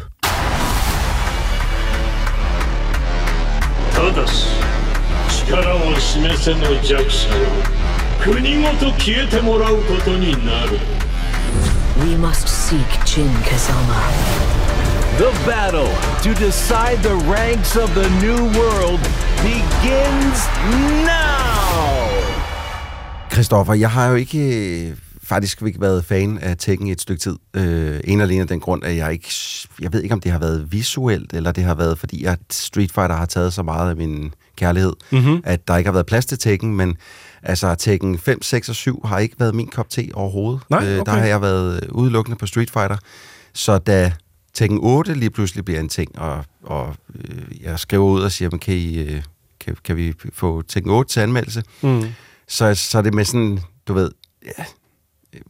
ただし力を示せぬ弱者は国ごと消えてもらうことになる We must seek Jin Kazama. The battle to decide the ranks of the new world begins now! Christoffer, jeg har jo ikke faktisk ikke været fan af Tekken i et stykke tid. Øh, en alene af den grund, at jeg ikke... Jeg ved ikke, om det har været visuelt, eller det har været, fordi at Street Fighter har taget så meget af min kærlighed, mm-hmm. at der ikke har været plads til Tekken, men altså Tekken fem, seks og syv har ikke været min kop te overhovedet. Nej, okay. øh, der har jeg været udelukkende på Street Fighter. Så da Tekken otte lige pludselig bliver en ting, og, og øh, jeg skriver ud og siger, men kan, I, øh, kan, kan vi få Tekken otte til anmeldelse? Mm. Så, så er det med sådan, du ved... Ja,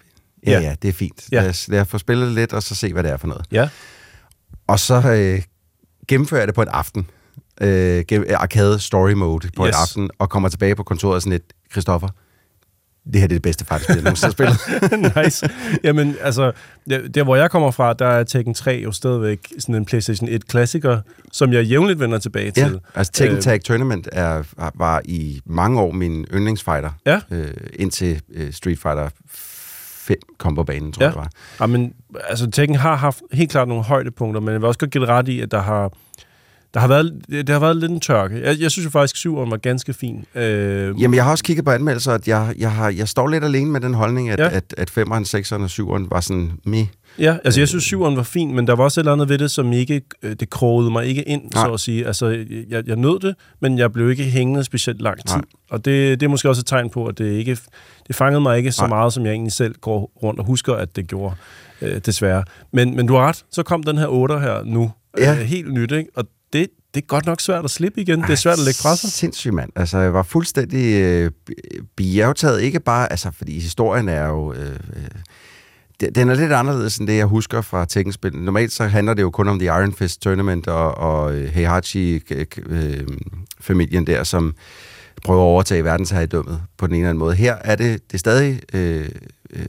Ja, ja, ja det er fint. Ja. Lad, os, lad os få spillet lidt, og så se, hvad det er for noget. Ja. Og så øh, gennemfører jeg det på en aften. Øh, arcade story mode på yes. en aften, og kommer tilbage på kontoret sådan lidt, Christoffer, det her det er det bedste fighting-spil, jeg nogensinde har spillet. Nice. Jamen, altså, der hvor jeg kommer fra, der er Tekken tre jo stadigvæk sådan en PlayStation et-klassiker, som jeg jævnligt vender tilbage til. Ja, altså Tekken Tag Tournament er, var i mange år min yndlingsfighter, ja. øh, indtil øh, Street Fighter fem kom på banen, tror ja. jeg det var. Ja, men altså, Tekken har haft helt klart nogle højdepunkter, men jeg vil også godt give ret i, at der har Der har været, det har været lidt en tørke. Jeg, jeg synes jo faktisk, at syveren var ganske fin. Øh... Jamen, jeg har også kigget på anmeldelser, at jeg, jeg, har, jeg står lidt alene med den holdning, at, ja. at, at femeren, sekseren og syveren var sådan meh. Ja, altså jeg synes, syveren var fin, men der var også et eller andet ved det, som ikke, det krogede mig ikke ind, Nej. så at sige. Altså, jeg, jeg nød det, men jeg blev ikke hængende specielt lang tid. Nej. Og det, det er måske også et tegn på, at det ikke, det fangede mig ikke så Nej. meget, som jeg egentlig selv går rundt og husker, at det gjorde, øh, desværre. Men, men du har ret, så kom den her otter her nu. Ja. Øh, helt nyt, ikke? Og det, det er godt nok svært at slippe igen. Det er svært at lægge fra sig. Sindssygt, mand. Altså, jeg var fuldstændig øh, bjergtaget. Ikke bare, altså, fordi historien er jo... Øh, den er lidt anderledes end det, jeg husker fra Tekken-spil. Normalt så handler det jo kun om The Iron Fist Tournament og, og Heihachi-familien der, som prøver at overtage verdensherredømmet på den ene eller anden måde. Her er det, det er stadig... Øh, øh,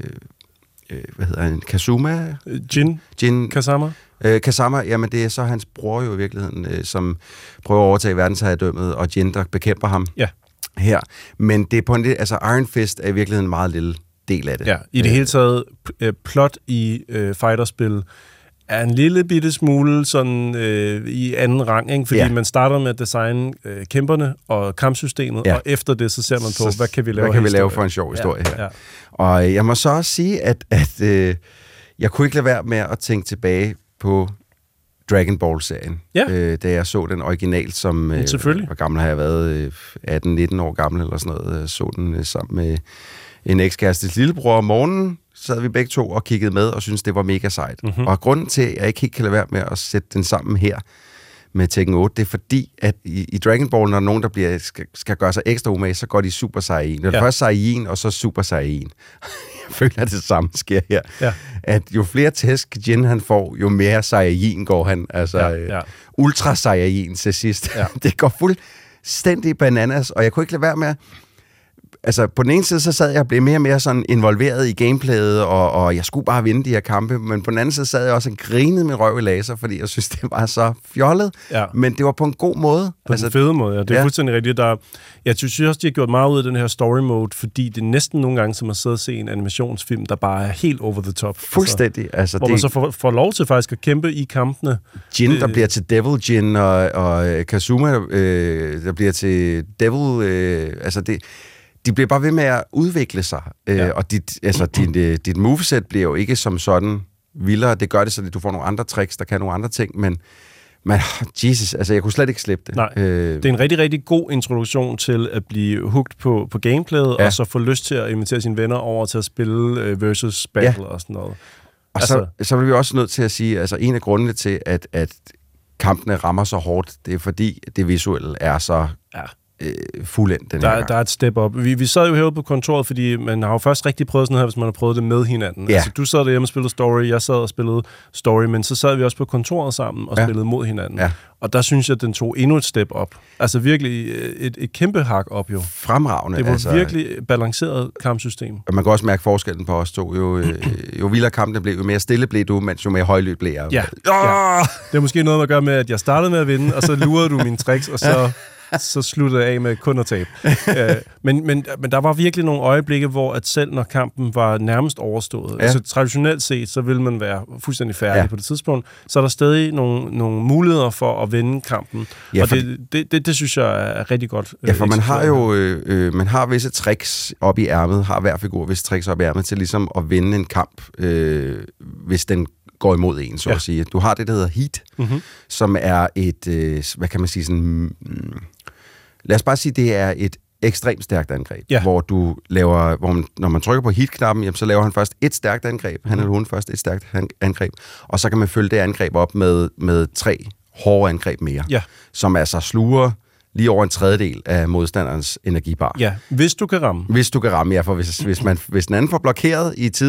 hvad hedder han? Kazuma? Jin? Jin Kazama? Øh, Kazama, jamen det er så hans bror jo i virkeligheden, øh, som prøver at overtage verdensherredømmet, og Jin, der bekæmper ham ja. her. Men det er på en lidt, altså Iron Fist er i virkeligheden en meget lille del af det. Ja, i det hele taget, øh, plot i øh, fighterspil er en lille bitte smule sådan øh, i anden rang, ikke? Fordi ja. man starter med at designe øh, kæmperne og kampsystemet, ja. og efter det, så ser man på, så, hvad kan vi lave hvad kan vi lave for en sjov historie ja. her. Ja. Og jeg må så også sige, at, at øh, jeg kunne ikke lade være med at tænke tilbage på Dragon Ball-serien, ja. øh, da jeg så den original, som... Øh, Selvfølgelig. Hvor gammel har jeg været? Øh, atten nitten år gammel eller sådan noget. Jeg så den øh, sammen med en ekskærestes lillebror om morgenen, sad vi begge to og kiggede med og syntes, det var mega sejt. Mm-hmm. Og grunden til, at jeg ikke helt kan lade være med at sætte den sammen her med Tekken otte, det er fordi, at i, i Dragon Ball, når nogen, der bliver, skal, skal gøre sig ekstra umage, så går de Super Saiyan. Når ja. det først Saiyan, og så Super Saiyan. Jeg føler, at det samme sker her. Ja. At jo flere tæsk Jin han får, jo mere Saiyan går han. Altså ja, ja. Ultra Saiyan til sidst. Ja. Det går fuldstændig bananas, og jeg kunne ikke lade være med. Altså, på den ene side, så sad jeg og blev mere og mere sådan involveret i gameplayet, og, og jeg skulle bare vinde de her kampe, men på den anden side sad jeg også og grinede med røv i laser, fordi jeg synes, det var så fjollet, ja. men det var på en god måde. På altså, en fede måde, ja. Det er ja. fuldstændig rigtigt. Der, jeg synes også, de har gjort meget ud af den her story mode, fordi det er næsten nogle gange, som at sidde og se en animationsfilm, der bare er helt over the top. Fuldstændig. Altså, altså, hvor det... man så får, får lov til faktisk at kæmpe i kampene. Jin, det... der bliver til Devil Jin, og, og Kazuma, øh, der bliver til Devil... Øh, altså, det... De bliver bare ved med at udvikle sig, ja. øh, og dit, altså, dit, dit moveset bliver jo ikke som sådan vildere. Det gør det, så du får nogle andre tricks, der kan nogle andre ting, men, men Jesus, altså jeg kunne slet ikke slippe det. Nej, øh, det er en rigtig, rigtig god introduktion til at blive hooked på, på gameplayet, ja. og så få lyst til at invitere sine venner over til at spille øh, versus battle ja. og sådan noget. Og altså, så, så bliver vi også nødt til at sige, altså en af grundene til, at, at kampene rammer så hårdt, det er fordi det visuelle er så... Ja. Øh, fuldendt den der, her gang. Der er et step op. Vi, vi sad jo herude på kontoret, fordi man har jo først rigtig prøvet sådan her, hvis man har prøvet det med hinanden. Ja. Altså, du sad derhjemme og spillede story, jeg sad og spillede story, men så sad vi også på kontoret sammen og ja. spillede mod hinanden. Ja. Og der synes jeg, at den tog endnu et step op. Altså virkelig et, et kæmpe hak op jo. Fremragende. Det var altså, virkelig balanceret kampsystem. Og man kan også mærke forskellen på os to. Jo, øh, jo vildere kampene blev, jo mere stille blev du, mens jo mere højlydt blev jeg. Ja. ja. Det er måske noget at gøre med, at jeg startede med at vinde, og så lurede du mine tricks, og så... så sluttede jeg af med kun at tabe. uh, men, men, men der var virkelig nogle øjeblikke, hvor at selv når kampen var nærmest overstået, ja. altså traditionelt set, så ville man være fuldstændig færdig ja. på det tidspunkt, så er der stadig nogle, nogle muligheder for at vinde kampen. Ja, og det, det, det, det synes jeg er rigtig godt. Ja, for man har jo øh, øh, man har visse tricks op i ærmet, har hver figur visse tricks op i ærmet til ligesom at vinde en kamp, øh, hvis den går imod en, så ja. at sige. Du har det, der hedder Heat, mm-hmm. som er et, øh, hvad kan man sige, sådan... Mm, lad os bare sige, det er et ekstremt stærkt angreb, ja. hvor du laver, hvor man, når man trykker på hit-knappen, jamen, så laver han først et stærkt angreb, han eller hun først et stærkt angreb, og så kan man følge det angreb op med, med tre hårde angreb mere, ja. som altså sluger lige over en tredjedel af modstanderens energibar. Ja, hvis du kan ramme. Hvis du kan ramme, ja, for hvis, hvis, man, hvis den anden får blokeret i tide,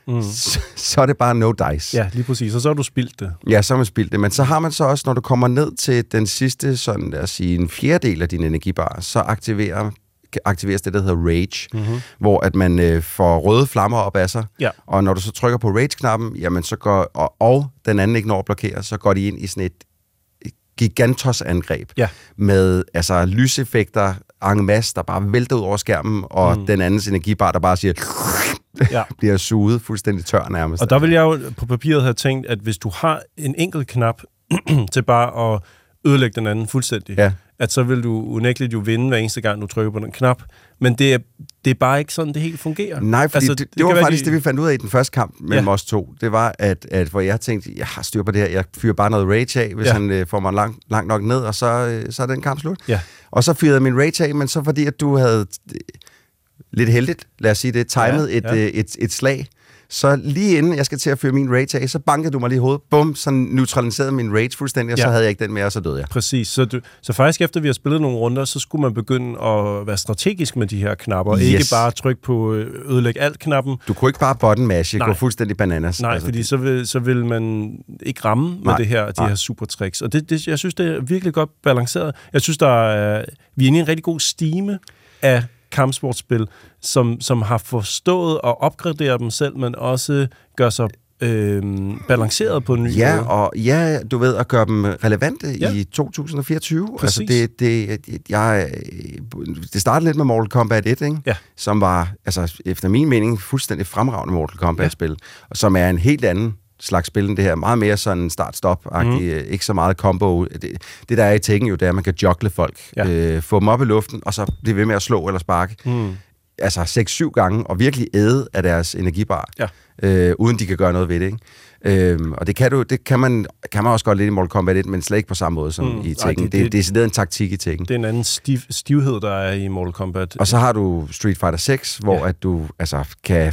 mm. så, så er det bare no dice. Ja, lige præcis. Og så har du spildt det. Ja, så har man spildt det. Men så har man så også, når du kommer ned til den sidste, sådan lad os sige, en fjerdedel af din energibar, så aktiverer aktiveres det, der hedder Rage, mm-hmm. hvor at man øh, får røde flammer op af sig, ja. og når du så trykker på Rage-knappen, jamen så går, og, og den anden ikke når at blokere, så går de ind i sådan et gigantos-angreb ja. med altså lyseffekter, en masse, der bare vælter ud over skærmen, og mm. den andens energibar, der bare siger, ja. bliver suget fuldstændig tør nærmest. Og der vil jeg jo på papiret have tænkt, at hvis du har en enkelt knap til bare at ødelægge den anden fuldstændig, ja. at så vil du unægteligt jo vinde hver eneste gang, du trykker på den knap. Men det er, det er bare ikke sådan, det helt fungerer. Nej, fordi altså, det, det, det var faktisk de... det, vi fandt ud af i den første kamp mellem ja. os to. Det var, at, at hvor jeg tænkte, jeg har styr på det her, jeg fyrer bare noget rage af, hvis ja. han øh, får mig langt, langt nok ned, og så, øh, så er den kamp slut. Ja. Og så fyrede jeg min rage af, men så fordi, at du havde øh, lidt heldigt, lad os sige det, timet ja. et, ja. Øh, et, et slag, så lige inden jeg skal til at fyre min rage af, så bankede du mig lige i hovedet. Bum, så neutraliserede min rage fuldstændig, og ja. så havde jeg ikke den mere, og så døde jeg. Præcis. Så, du, så faktisk efter vi har spillet nogle runder, så skulle man begynde at være strategisk med de her knapper. Yes. Ikke bare trykke på ødelægge alt-knappen. Du kunne ikke bare button mash, gå fuldstændig bananas. Nej, altså, fordi så vil, så vil man ikke ramme med nej, det her, de nej. her super tricks. Og det, det, jeg synes, det er virkelig godt balanceret. Jeg synes, der er, vi er inde i en rigtig god stime af kampsportspil, som, som har forstået at opgradere dem selv, men også gør sig øh, balanceret på en ny ja, måde. Og ja, du ved, at gøre dem relevante ja. i to tusind og fireogtyve. Præcis. Altså det, det, jeg, det startede lidt med Mortal Kombat et, ikke? Ja. Som var, altså efter min mening, fuldstændig fremragende Mortal Kombat-spil, ja. og som er en helt anden slags spil end det her. Meget mere sådan start-stop-agtigt, mm. ikke så meget combo. Det, det der er i Tekken jo, det er, at man kan juggle folk. Ja. Øh, få dem op i luften, og så blive ved med at slå eller sparke. Mm. Altså seks syv gange, og virkelig æde af deres energibar, ja. øh, uden de kan gøre noget ved det, ikke? Øhm, og det kan du, det kan man, kan man også godt lidt i Mortal Kombat et, men slet ikke på samme måde som mm. i Tekken. Det, det, det, det er en taktik i Tekken. Det er en anden stiv, stivhed, der er i Mortal Kombat. Og så har du Street Fighter seks, hvor ja. at du altså kan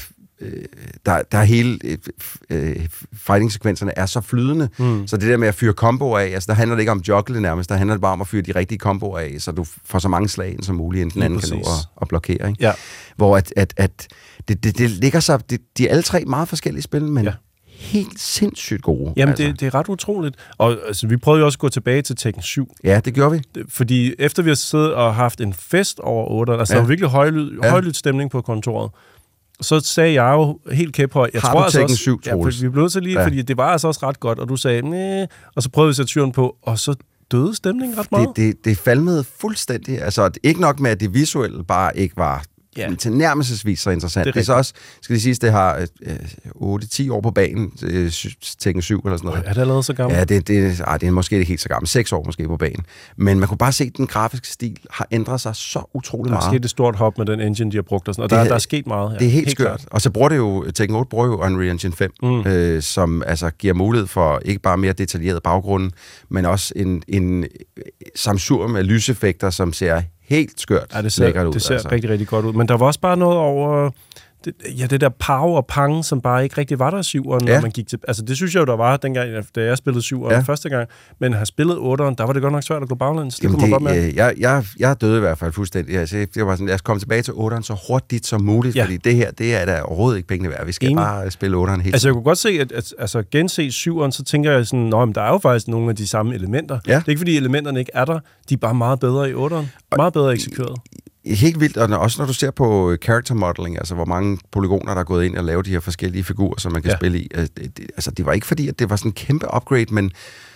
Der, der er hele øh, fighting-sekvenserne er så flydende, mm. så det der med at fyre comboer af, altså der handler det ikke om juggle nærmest, der handler det bare om at fyre de rigtige comboer af, så du får så mange slag ind som muligt, inden den anden kan nå at, at blokere. Ikke? Ja. Hvor at, at, at det, det, det ligger sig, det, de er alle tre meget forskellige spil, men ja. helt sindssygt gode. Jamen, altså. det, det er ret utroligt. Og altså, vi prøvede jo også at gå tilbage til Tekken syv. Ja, det gjorde vi. Fordi efter vi har siddet og haft en fest over otte, altså ja. der var virkelig højlyd, ja. højlyd stemning på kontoret, så sagde jeg jo helt kæphøj, jeg har tror du altså Tekken også, syv, ja, vi blev så lige, ja. fordi det var altså også ret godt, og du sagde, næh, og så prøvede vi at sætte syren på, og så døde stemningen ret meget. Det, det, det falmede fuldstændig, altså ikke nok med, at det visuelle bare ikke var ja. til nærmelsesvis så interessant. Det er, det er så også, skal det siges, det har øh, otte til ti år på banen, øh, Tekken syv eller sådan noget. Er det allerede så gammelt? Ja, det, det, ej, det er måske ikke helt så gammelt. seks år måske på banen. Men man kunne bare se, at den grafiske stil har ændret sig så utrolig meget. Der er sket et stort hop med den engine, de har brugt og sådan, og det, der, der er sket meget. Ja. Det er helt, helt skørt. Klart. Og så bruger det jo, Tekken otte bruger jo Unreal Engine fem, mm. øh, som altså giver mulighed for ikke bare mere detaljeret baggrunden, men også en, en samsurium af lyseffekter, som ser helt skørt ja, det ser, lækkert ud. Det ser altså. rigtig, rigtig godt ud. Men der var også bare noget over det, ja, det der power og pang, som bare ikke rigtig var der i syveren, ja. når man gik til. Altså, det synes jeg jo, der var, dengang, da jeg spillede syveren ja. første gang. Men har spillet otteren, der var det godt nok svært at gå baglæns. Det Jamen kunne man det, godt med. Øh, jeg, jeg, jeg døde i hvert fald fuldstændig. Altså, det var sådan, lad os komme tilbage til otteren så hurtigt som muligt, ja. fordi det her, det er da overhovedet ikke pengene værd. Vi skal Enig. bare spille otteren helt. Altså, jeg kunne godt se, at, at altså, gense syveren, så tænker jeg sådan, nå, men der er jo faktisk nogle af de samme elementer. Ja. Det er ikke, fordi elementerne ikke er der. De er bare meget bedre i otteren. Meget bedre eksekveret. Helt vildt, og også når du ser på character modeling, altså hvor mange polygoner, der er gået ind og lavet de her forskellige figurer, som man kan ja. spille i. Altså, det var ikke fordi, at det var sådan en kæmpe upgrade, men,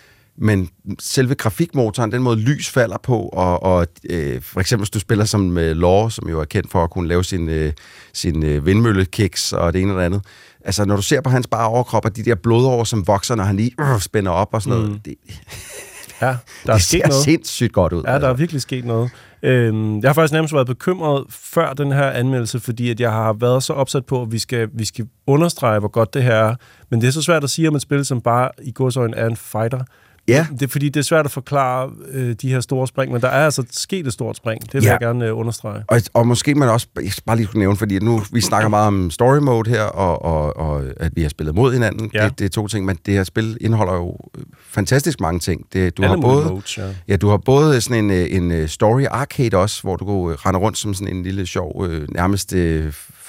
men selve grafikmotoren, den måde lys falder på, og, og øh, for eksempel hvis du spiller som øh, Law, som jo er kendt for at kunne lave sin, øh, sin øh, vindmøllekiks og det ene eller andet. Altså, når du ser på hans bare overkrop, og de der blodår, som vokser, når han lige øh, spænder op og sådan noget, mm. det, ja, der er det sket ser noget. sindssygt godt ud. Ja, altså. Der er virkelig sket noget. Øhm, jeg har faktisk nærmest været bekymret før den her anmeldelse, fordi at jeg har været så opsat på, at vi skal, vi skal understrege, hvor godt det her er. Men det er så svært at sige om et spil, som bare i gåseøjne er en fighter. Ja. Det er fordi, det er svært at forklare øh, de her store spring, men der er altså sket et stort spring. Det vil ja. jeg gerne øh, understrege. Og, og måske man også bare lige kunne nævne, fordi nu vi snakker meget om story mode her, og, og, og at vi har spillet mod hinanden. Ja. Det, det er to ting, men det her spil indeholder jo fantastisk mange ting. Det, du Alle har både modes, ja. ja, du har både sådan en, en story arcade også, hvor du går render rundt som sådan en lille sjov, nærmest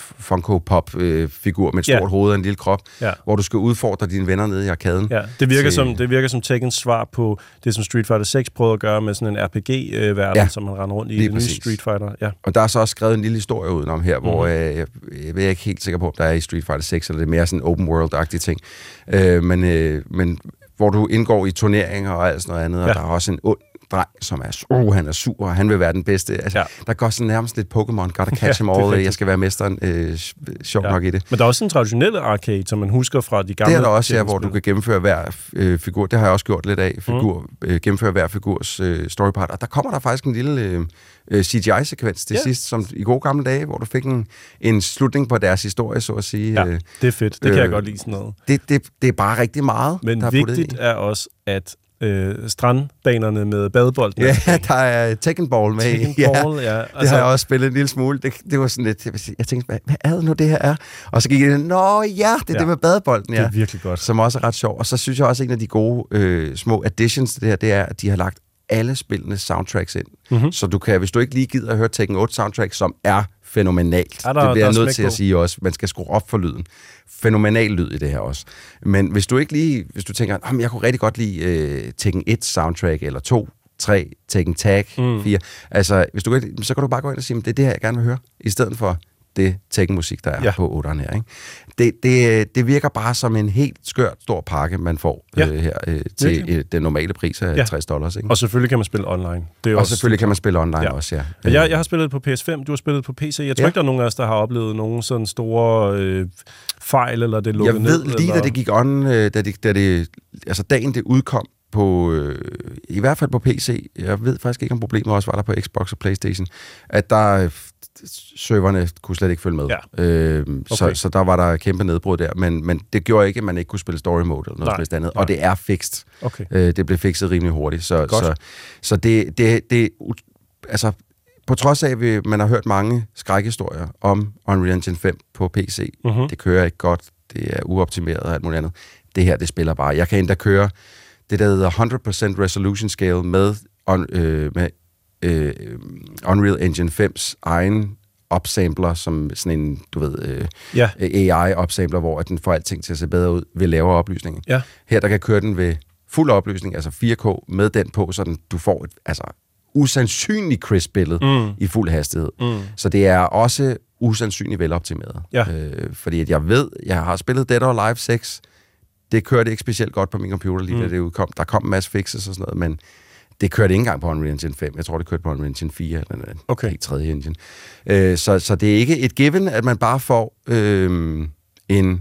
Funko Pop-figur med et stort ja. hoved og en lille krop, ja. hvor du skal udfordre dine venner nede i arkaden. Ja, det virker, til, som, det virker som Tekkens svar på det, som Street Fighter seks prøvede at gøre med sådan en R P G-verden, ja. som man render rundt i det nye Street Fighter. Ja. Og der er så også skrevet en lille historie udenom her, hvor mm-hmm. øh, jeg, jeg er ikke helt sikker på, om der er i Street Fighter seks, eller det er mere sådan en open world-agtig ting. Øh, men, øh, men hvor du indgår i turneringer og alt sådan noget andet, ja. og der er også en ond dreng, som er, oh, han er sur, og han vil være den bedste. Altså, ja. Der går sådan nærmest lidt Pokémon, gotta catch ja, them all, jeg skal være mesteren, øh, sjovt ja. nok i det. Men der er også en traditionel arcade, som man husker fra de gamle... Det er der også, ja, hvor du kan gennemføre hver øh, figur, det har jeg også gjort lidt af, figur, mm. øh, gennemføre hver figurs øh, storypart, og der kommer der faktisk en lille øh, C G I-sekvens til yeah. sidst, som i gode gamle dage, hvor du fik en, en slutning på deres historie, så at sige. Ja, øh, det er fedt, det kan øh, jeg godt lide sådan noget. Det, det, det er bare rigtig meget, men der er vigtigt er også, at Øh, strandbanerne med badebolden. Ja, der er Tekken Ball med. Tekken Ball, ja. ja. Altså, det har jeg også spillet en lille smule. Det, det var sådan lidt, jeg tænkte, hvad, hvad er det nu, det her er? Og så gik jeg, nå ja, det er ja. det med badebolden, ja. Det er virkelig godt. Som også er ret sjov. Og så synes jeg også, en af de gode øh, små additions til det her, det er, at de har lagt alle spillenes soundtracks ind. Mm-hmm. Så du kan, hvis du ikke lige gider at høre Tekken otte soundtrack, som er fænomenalt. Er der, det bliver jeg nødt til at sige også. Man skal skrue op for lyden. Fænomenal lyd i det her også. Men hvis du ikke lige, hvis du tænker, oh, jeg kunne rigtig godt lide uh, Tekken et soundtrack, eller to, tre, Tekken Tag, mm. fire. Altså, hvis du kan, så kan du bare gå ind og sige, det er det her, jeg gerne vil høre, i stedet for det Tekken-musik, der er ja. på otteren her. Ikke? Det, det, det virker bare som en helt skørt stor pakke, man får ja. øh, her øh, til øh, den normale pris af ja. tres dollars. Ikke? Og selvfølgelig kan man spille online. Det er og også selvfølgelig kan man spille online ja. også, ja. Jeg, jeg har spillet på P S fem, du har spillet på P C. Jeg tror ja. ikke, der er nogen af os, der har oplevet nogen sådan store øh, fejl, eller det lukket ned. Jeg ved ned, lige, eller... da det gik on, øh, da, det, da det, altså dagen det udkom, på, øh, i hvert fald på P C, jeg ved faktisk ikke, om problemet også var der på Xbox og PlayStation, at der serverne kunne slet ikke følge med. Ja. Øh, okay. så, så der var der kæmpe nedbrud der, men, men det gjorde ikke, at man ikke kunne spille story mode eller noget andet, og det er fikst. Okay. Øh, det blev fikset rimelig hurtigt, så, så, så det, det, det altså på trods af, at man har hørt mange skrækhistorier om Unreal Engine fem på P C, mm-hmm. det kører ikke godt, det er uoptimeret og alt muligt andet. Det her, det spiller bare. Jeg kan endda køre det, der hedder hundrede procent resolution scale med, on, øh, med øh, Unreal Engine fems egen upsampler, som sådan en, du ved, øh, ja. A I-upsampler, hvor at den får alting til at se bedre ud ved lavere opløsning. Ja. Her, der kan køre den ved fuld opløsning, altså fire K med den på, så den, du får et altså, usandsynligt crisp billede mm. i fuld hastighed. Mm. Så det er også usandsynligt veloptimeret. Ja. Øh, fordi at jeg ved, jeg har spillet Dead or Alive seks, det kørte ikke specielt godt på min computer, lige mm. da det udkom. Der kom en masse fixes og sådan noget, men det kørte ikke engang på Unreal Engine fem. Jeg tror, det kørte på Unreal Engine fire, eller en okay. helt tredje engine. Øh, så, så det er ikke et given, at man bare får øh, en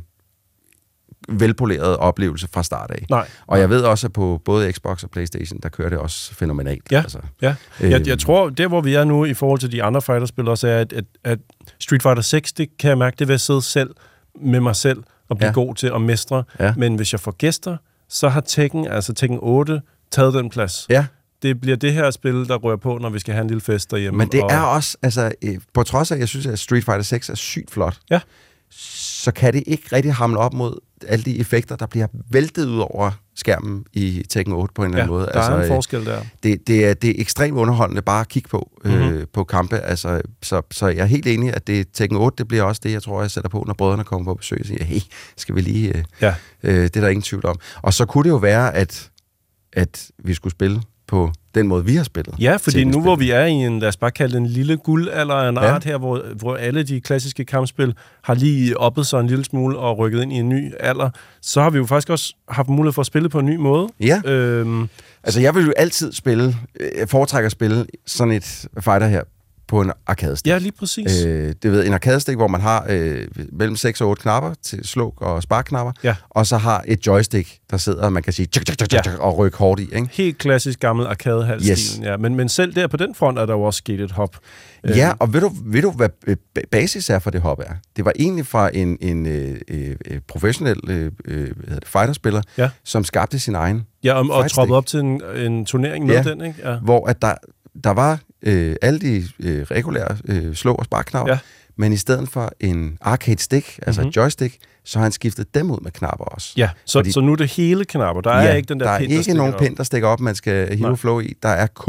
velpoleret oplevelse fra start af. Nej. Og jeg ved også, at på både Xbox og PlayStation, der kører det også fænomenalt. Ja, altså, ja. Øh, jeg, jeg tror, der hvor vi er nu i forhold til de andre fighterspil også, er, at, at, at Street Fighter seks, det kan jeg mærke, det vil jeg sidde selv med mig selv og blive ja. god til at mestre. Ja. Men hvis jeg får gæster, så har Tekken, altså Tekken otte, taget den plads. Ja. Det bliver det her spil, der rører på, når vi skal have en lille fest derhjemme. Men det og... er også, altså, på trods af, at jeg synes, at Street Fighter seks er sygt flot, ja. så kan det ikke rigtig hamle op mod alle de effekter, der bliver væltet ud over skærmen i Tekken otte på en eller anden ja, måde. Der altså, er en forskel der. Det, det, er, det er ekstremt underholdende bare at kigge på, mm-hmm. øh, på kampe. Altså, så, så jeg er helt enig, at det, Tekken otte, det bliver også det, jeg tror, jeg sætter på, når brødrene kommer på besøg og siger, hey, skal vi lige... Øh, ja. øh, det er der ingen tvivl om. Og så kunne det jo være, at, at vi skulle spille på den måde, vi har spillet. Ja, fordi nu hvor vi er i en, lad os bare kalde det en lille guldalder af en ja. art her, hvor, hvor alle de klassiske kampspil har lige oppet sig en lille smule og rykket ind i en ny alder, så har vi jo faktisk også haft mulighed for at spille på en ny måde. Ja. Øhm. Altså, jeg vil jo altid spille, jeg foretrækker at spille sådan et fighter her på en arcade-stik. Ja, lige præcis. Øh, det ved en arcade-stik, hvor man har øh, mellem seks og otte knapper til sluk og sparkknapper, ja. og så har et joystick, der sidder, og man kan sige tjek, tjek, tjek, ja. og rykke hårdt i. Ikke? Helt klassisk gammel arcade-halvstilen. Yes. Ja. Men, men selv der på den front er der jo også sket et hop. Ja, og ved du, ved du hvad basis er for det hop er? Det var egentlig fra en, en øh, øh, professionel øh, øh, fighterspiller, ja. som skabte sin egen Ja, og, og troppede op til en, en turnering med ja. den, ikke? Ja. Hvor at der, der var øh, alle de øh, regulære øh, slå- og sparkknapper, ja. men i stedet for en arcade stick, altså mm-hmm. et joystick, så har han skiftet dem ud med knapper også. Ja, så, Fordi, så nu er det hele knapper. Der er ja, ikke den der, der pind, er ikke nogen pind, der stikker op, man skal hive flow i. Der er kun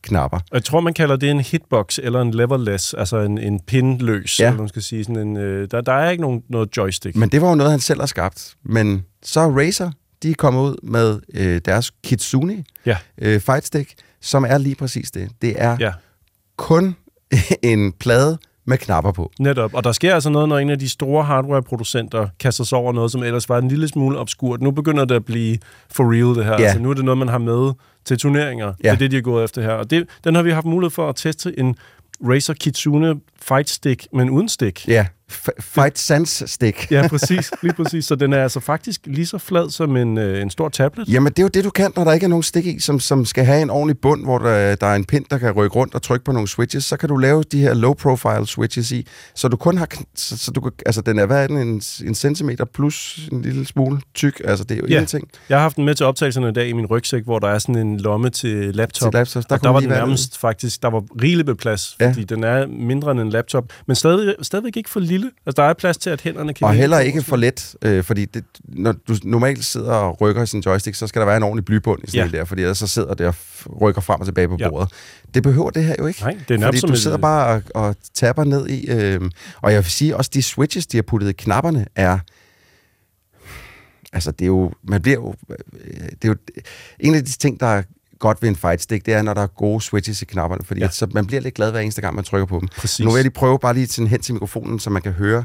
knapper. Jeg tror, man kalder det en hitbox eller en leverless, altså en, en pinløs, ja. eller man skal sige. Sådan en, øh, der, der er ikke nogen, noget joystick. Men det var jo noget, han selv har skabt. Men så Razer, de er kommet ud med øh, deres Kitsune ja. øh, Fightstick, som er lige præcis det. Det er ja. kun en plade med knapper på. Netop. Og der sker altså noget, når en af de store hardware-producenter kaster sig over noget, som ellers var en lille smule obskurt. Nu begynder det at blive for real, det her. Ja. Altså, nu er det noget, man har med til turneringer. Ja. Det er det, de er gået efter her. Og det, den har vi haft mulighed for at teste en Razer Kitsune Fight Stick, men uden stik. Ja, F- Fight Sense Stick. Ja, præcis. Lige præcis. Så den er altså faktisk lige så flad som en, øh, en stor tablet. Jamen, det er jo det, du kan, når der ikke er nogen stik i, som, som skal have en ordentlig bund, hvor der, der er en pind, der kan rykke rundt og trykke på nogle switches. Så kan du lave de her low-profile switches i, så du kun har... Så, så du, altså, den er, hvad er den, en, en centimeter plus en lille smule tyk. Altså, det er jo ja. ingenting. Jeg har haft den med til optagelserne i dag i min rygsæk, hvor der er sådan en lomme til laptop. Til laptop. Der, og der var den nærmest det. faktisk... Der var rigeligt med plads, ja. fordi den er mindre end en laptop, men stadig, stadigvæk ikke for lille. Altså, der er plads til, at hænderne kan... Og heller ikke for let, øh, fordi det, når du normalt sidder og rykker i sin joystick, så skal der være en ordentlig blybund i sådan ja. der, fordi ellers så sidder det og rykker frem og tilbage på ja. bordet. Det behøver det her jo ikke. Nej, det er fordi du sidder et... bare og, og tapper ned i... Øh, og jeg vil sige, også de switches, de har puttet i knapperne, er... Altså, det er jo... Man bliver jo... Det er jo en af de ting, der er godt ved en fightstick, det er, når der er gode switches i knapperne, fordi ja. at, så man bliver lidt glad hver eneste gang, man trykker på dem. Præcis. Nu vil jeg lige prøve bare lige til hen til mikrofonen, så man kan høre.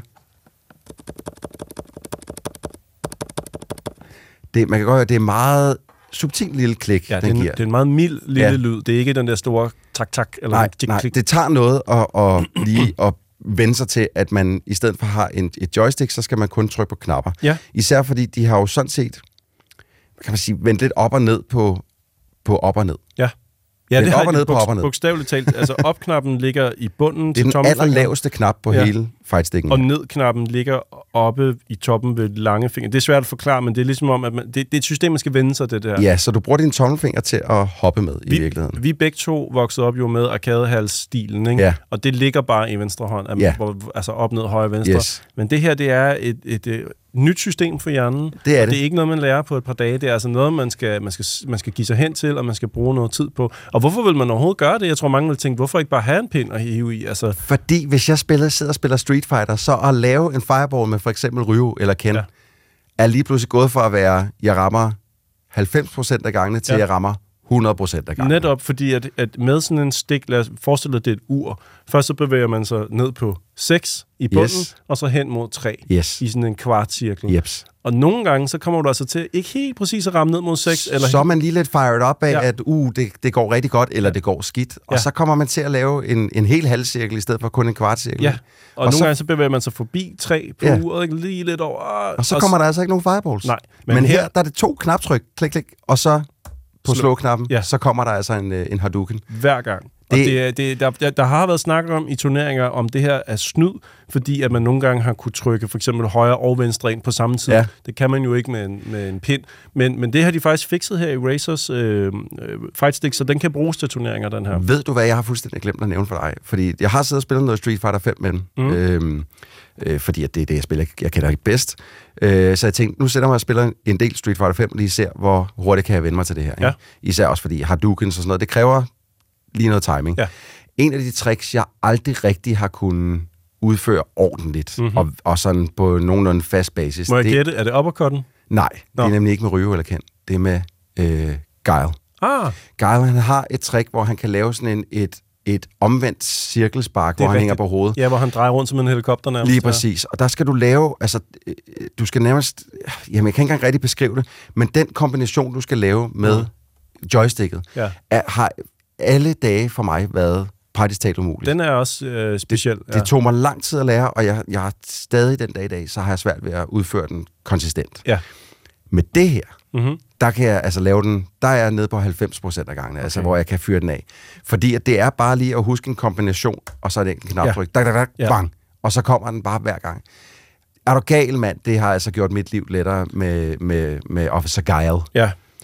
Det, man kan godt høre, det er meget subtil lille klik, ja, den det er, giver. Det er en meget mild lille ja. lyd. Det er ikke den der store tak-tak eller nej, klik. Nej, det tager noget at, at lige at vende sig til, at man i stedet for har en, et joystick, så skal man kun trykke på knapper. Ja. Især fordi de har jo sådan set, kan man sige, vendt lidt op og ned på, på op og ned. Ja. Ja, det op har og ned på op og ned. Bogstaveligt talt. Altså op-knappen ligger i bunden til tommelfingeren. Det er den allerlaveste knap på ja. hele fightsticken. Og ned-knappen ligger oppe i toppen ved lange fingre. Det er svært at forklare, men det er ligesom om, at man, det, det er et system, man skal vende sig til det her. Ja, så du bruger din tommelfinger til at hoppe med vi, i virkeligheden. Vi begge to voksede op jo med arkadehals-stilen, ikke? Ja. Og det ligger bare i venstre hånd. Ja. Hvor, altså op, ned, højre, venstre. Yes. Men det her, det er et, et, et nyt system for hjernen. Det er det. Det er ikke noget, man lærer på et par dage. Det er altså noget, man skal, man skal, man skal give sig hen til, og man skal bruge noget tid på. Og hvorfor vil man overhovedet gøre det? Jeg tror, mange vil tænke, hvorfor ikke bare have en pind at hive i? Altså... Fordi hvis jeg spiller, sidder og spiller Street Fighter, så at lave en fireball med for eksempel Ryu eller Ken, ja. er lige pludselig gået fra at være, jeg rammer halvfems procent af gangene, til ja. jeg rammer hundrede procent af gangene. Netop fordi, at, at med sådan en stik, lad os forestille dig, det er et ur. Først så bevæger man sig ned på seks i bunden, yes. og så hen mod tre yes. i sådan en kvartcirkel. Yes. Og nogle gange, så kommer du altså til ikke helt præcis at ramme ned mod seks. Eller så er man lige lidt fired op af, ja. at uh, det, det går rigtig godt, eller ja. det går skidt. Og ja. så kommer man til at lave en, en hel halvcirkel, i stedet for kun en kvartcirkel. Ja. Og, og nogle så, gange, så bevæger man sig forbi tre på ja. uret, ikke? Lige lidt over. Og så og kommer s- der altså ikke nogen fireballs. Nej. Men, men her, her, der er det to knaptryk, klik, klik, og så på slå-knappen, ja. så kommer der altså en, en Hadouken. Hver gang. Og det, det, der, der, der har været snakket om i turneringer, om det her er snyd, fordi at man nogle gange har kunne trykke for eksempel højre og venstre ind på samme tid. Ja. Det kan man jo ikke med en, med en pind. Men, men det har de faktisk fikset her i Razers øh, Fightstick, så den kan bruges til turneringer, den her. Ved du hvad, jeg har fuldstændig glemt at nævne for dig? Fordi jeg har siddet og spillet noget Street Fighter fem med dem. Mm. Øhm, øh, fordi at det er det, jeg spiller, jeg kender ikke bedst. Øh, så jeg tænkte, nu sætter jeg mig og spiller en del Street Fighter fem, lige ser, hvor hurtigt kan jeg vende mig til det her. Ikke? Ja. Især også fordi Hadoukens og sådan noget, det kræver lige noget timing. Ja. En af de tricks, jeg aldrig rigtig har kunnet udføre ordentligt, mm-hmm. og, og sådan på nogenlunde fast basis. Må jeg det, gætte? Er det uppercutten? Nej, Nå. det er nemlig ikke med Ryu eller Ken. Det er med øh, Guile. Ah. Guile, han har et trick, hvor han kan lave sådan en, et, et omvendt cirkelspark, hvor han rigtigt. hænger på hovedet. Ja, hvor han drejer rundt som en helikopter nærmest. Lige præcis. Og der skal du lave, altså, du skal nærmest, jamen jeg kan ikke engang rigtig beskrive det, men den kombination, du skal lave med mm. joysticket, ja. er, har alle dage for mig været praktisk talt umuligt. Den er også øh, speciel. Det, ja. det tog mig lang tid at lære, og jeg, jeg har stadig den dag i dag, så har jeg svært ved at udføre den konsistent. Ja. Med det her, mm-hmm. der kan jeg altså lave den, der er jeg nede på halvfems procent af gangen, okay. altså hvor jeg kan fyre den af. Fordi at det er bare lige at huske en kombination, og så er det en knaptryk, ja. dak, dak, dak, ja. bang, og så kommer den bare hver gang. Er du gal, mand? Det har altså gjort mit liv lettere med, med, med Officer Guile. Ja.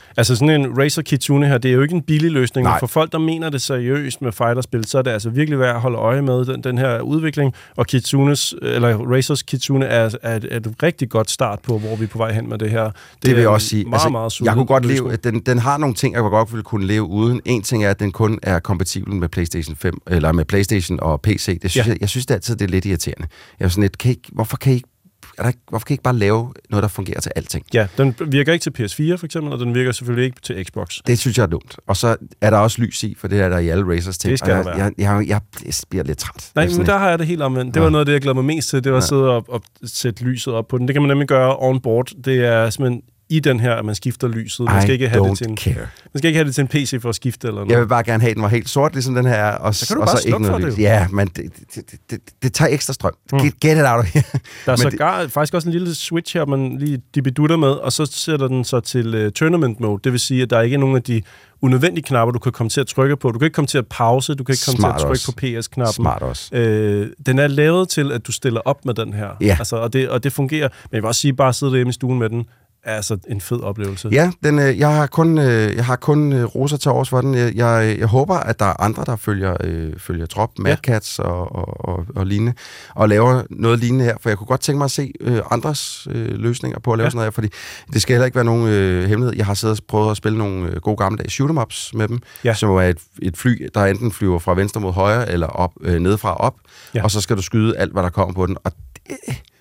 Altså sådan en Racer Kitsune her, det er jo ikke en billig løsning. For folk, der mener det seriøst med fighterspil, så er det altså virkelig værd at holde øje med den, den her udvikling. Og Kitsunes, eller Racers Kitsune er, er et, et rigtig godt start på, hvor vi er på vej hen med det her. Det, det vil jeg også sige. Meget, altså, meget jeg kunne godt leve, den, den har nogle ting, jeg godt ville kunne leve uden. En ting er, at den kun er kompatibel med PlayStation fem, eller med PlayStation og P C. Det synes ja. jeg, jeg synes det altid, det er lidt irriterende. Jeg er sådan lidt, kan I, hvorfor kan I ikke Er der, hvorfor kan I ikke bare lave noget, der fungerer til alting? Ja, den virker ikke til P S fire for eksempel, og den virker selvfølgelig ikke til Xbox. Det synes jeg er dumt. Og så er der også lys i, for det er der i alle Racers ting. Det skal jeg, være. Jeg, jeg, jeg, jeg bliver lidt træt. Nej, men der har jeg det helt omvendt. Det var noget af det, jeg glæder mig mest til, det var at sidde og, og sætte lyset op på den. Det kan man nemlig gøre on-board. Det er simpelthen i den her, at man skifter lyset. Man skal, ikke have det, til en, care. man skal ikke have det til en P C for at skifte eller noget. Jeg vil bare gerne have, at den var helt sort, ligesom den her. Og så kan du og bare så ikke noget for lys. det. Ja, men det, det, det, det, det tager ekstra strøm. Mm. Get, get it out of here. Der er sågar faktisk også en lille switch her, man lige dibedutter med, og så sætter den så til uh, tournament mode. Det vil sige, at der er ikke nogen af de unødvendige knapper, du kan komme til at trykke på. Du kan ikke komme til at pause, du kan ikke komme Smart til at trykke også. på P S-knappen. Smart også. Øh, den er lavet til, at du stiller op med den her. Ja. Altså, og, det, og det fungerer. Men jeg vil også sige, bare sidde derhjemme i stuen med den, er altså en fed oplevelse. Ja, den, øh, jeg har kun, øh, jeg har kun øh, roser til års for den. Jeg, jeg, jeg håber, at der er andre, der følger, øh, følger trop, Mad Cats og, og, og, og lignende, og laver noget lignende her, for jeg kunne godt tænke mig at se øh, andres øh, løsninger på at lave ja. sådan noget her, fordi det skal heller ikke være nogen øh, hemmelighed. Jeg har siddet og prøvet at spille nogle øh, gode gammeldags shoot-em-ups med dem, ja. som er et, et fly, der enten flyver fra venstre mod højre, eller op, øh, nedefra op, ja. og så skal du skyde alt, hvad der kommer på den, og det...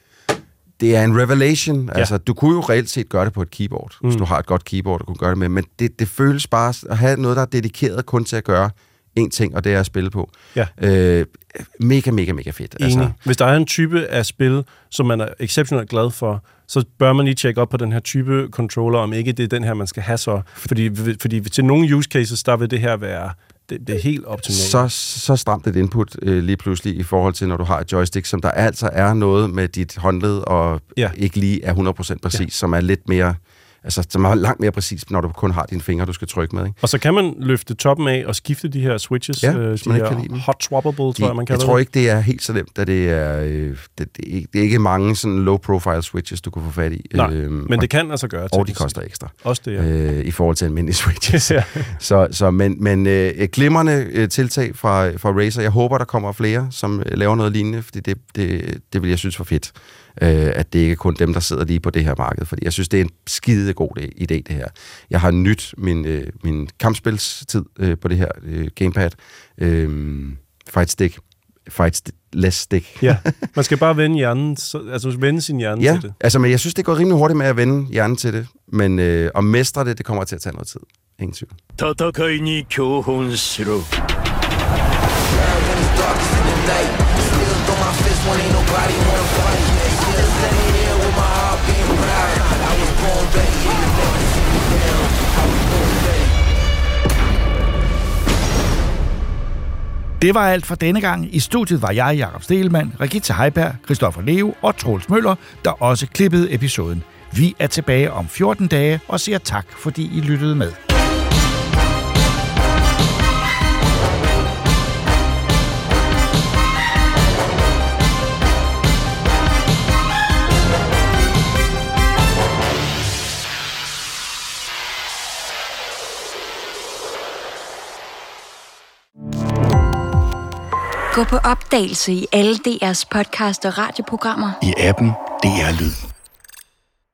Det er en revelation. Ja. Altså, du kunne jo reelt set gøre det på et keyboard, mm. hvis du har et godt keyboard, du kunne gøre det med. Men det, det føles bare at have noget, der er dedikeret kun til at gøre én ting, og det er at spille på. Ja. Øh, mega, mega, mega fedt. Altså. Hvis der er en type af spil, som man er exceptionelt glad for, så bør man lige tjekke op på den her type controller, om ikke det er den her, man skal have så. Fordi, fordi til nogle use cases, der vil det her være... Det, det er helt optimalt. Så, så stramt et input øh, lige pludselig i forhold til, når du har et joystick, som der altså er noget med dit håndled, og ja. ikke lige er hundrede procent præcis, ja. som er lidt mere... Altså, som er langt mere præcis, når du kun har dine fingre, du skal trykke med. Ikke? Og så kan man løfte toppen af og skifte de her switches, ja, øh, de her hot swappable, tror de, jeg, man kalder Jeg tror ikke, det er helt så nemt, da det er, øh, det, det, er, det er ikke mange sådan low-profile switches, du kan få fat i. Nej, øh, men og, det kan altså gøre. Og de koster ekstra. Også det, ja. øh, I forhold til almindelige switches. ja. så, så, men men øh, glimrende øh, tiltag fra, fra Razer. Jeg håber, der kommer flere, som øh, laver noget lignende, fordi det, det, det vil jeg synes var fedt. Øh, at det ikke er kun dem, der sidder lige på det her marked. Fordi jeg synes, det er en skide god idé, det her. Jeg har nyt min, øh, min kampspilstid øh, på det her øh, gamepad. Øh, fight stick. Fight st- less stick. Ja, man skal bare vende hjernen, så, altså vende sin hjerne ja, til det. altså, men jeg synes, det går rimelig hurtigt med at vende hjernen til det. Men øh, at mestre det, det kommer til at tage noget tid. Ingen tvivl. Det var alt for denne gang. I studiet var jeg, Jakob Stegelmann, Regitze Heiberg, Christoffer Leo og Troels Møller, der også klippede episoden. Vi er tilbage om fjorten dage og siger tak, fordi I lyttede med. Gå på opdagelse i alle D R's podcast og radioprogrammer. I appen D R Lyd.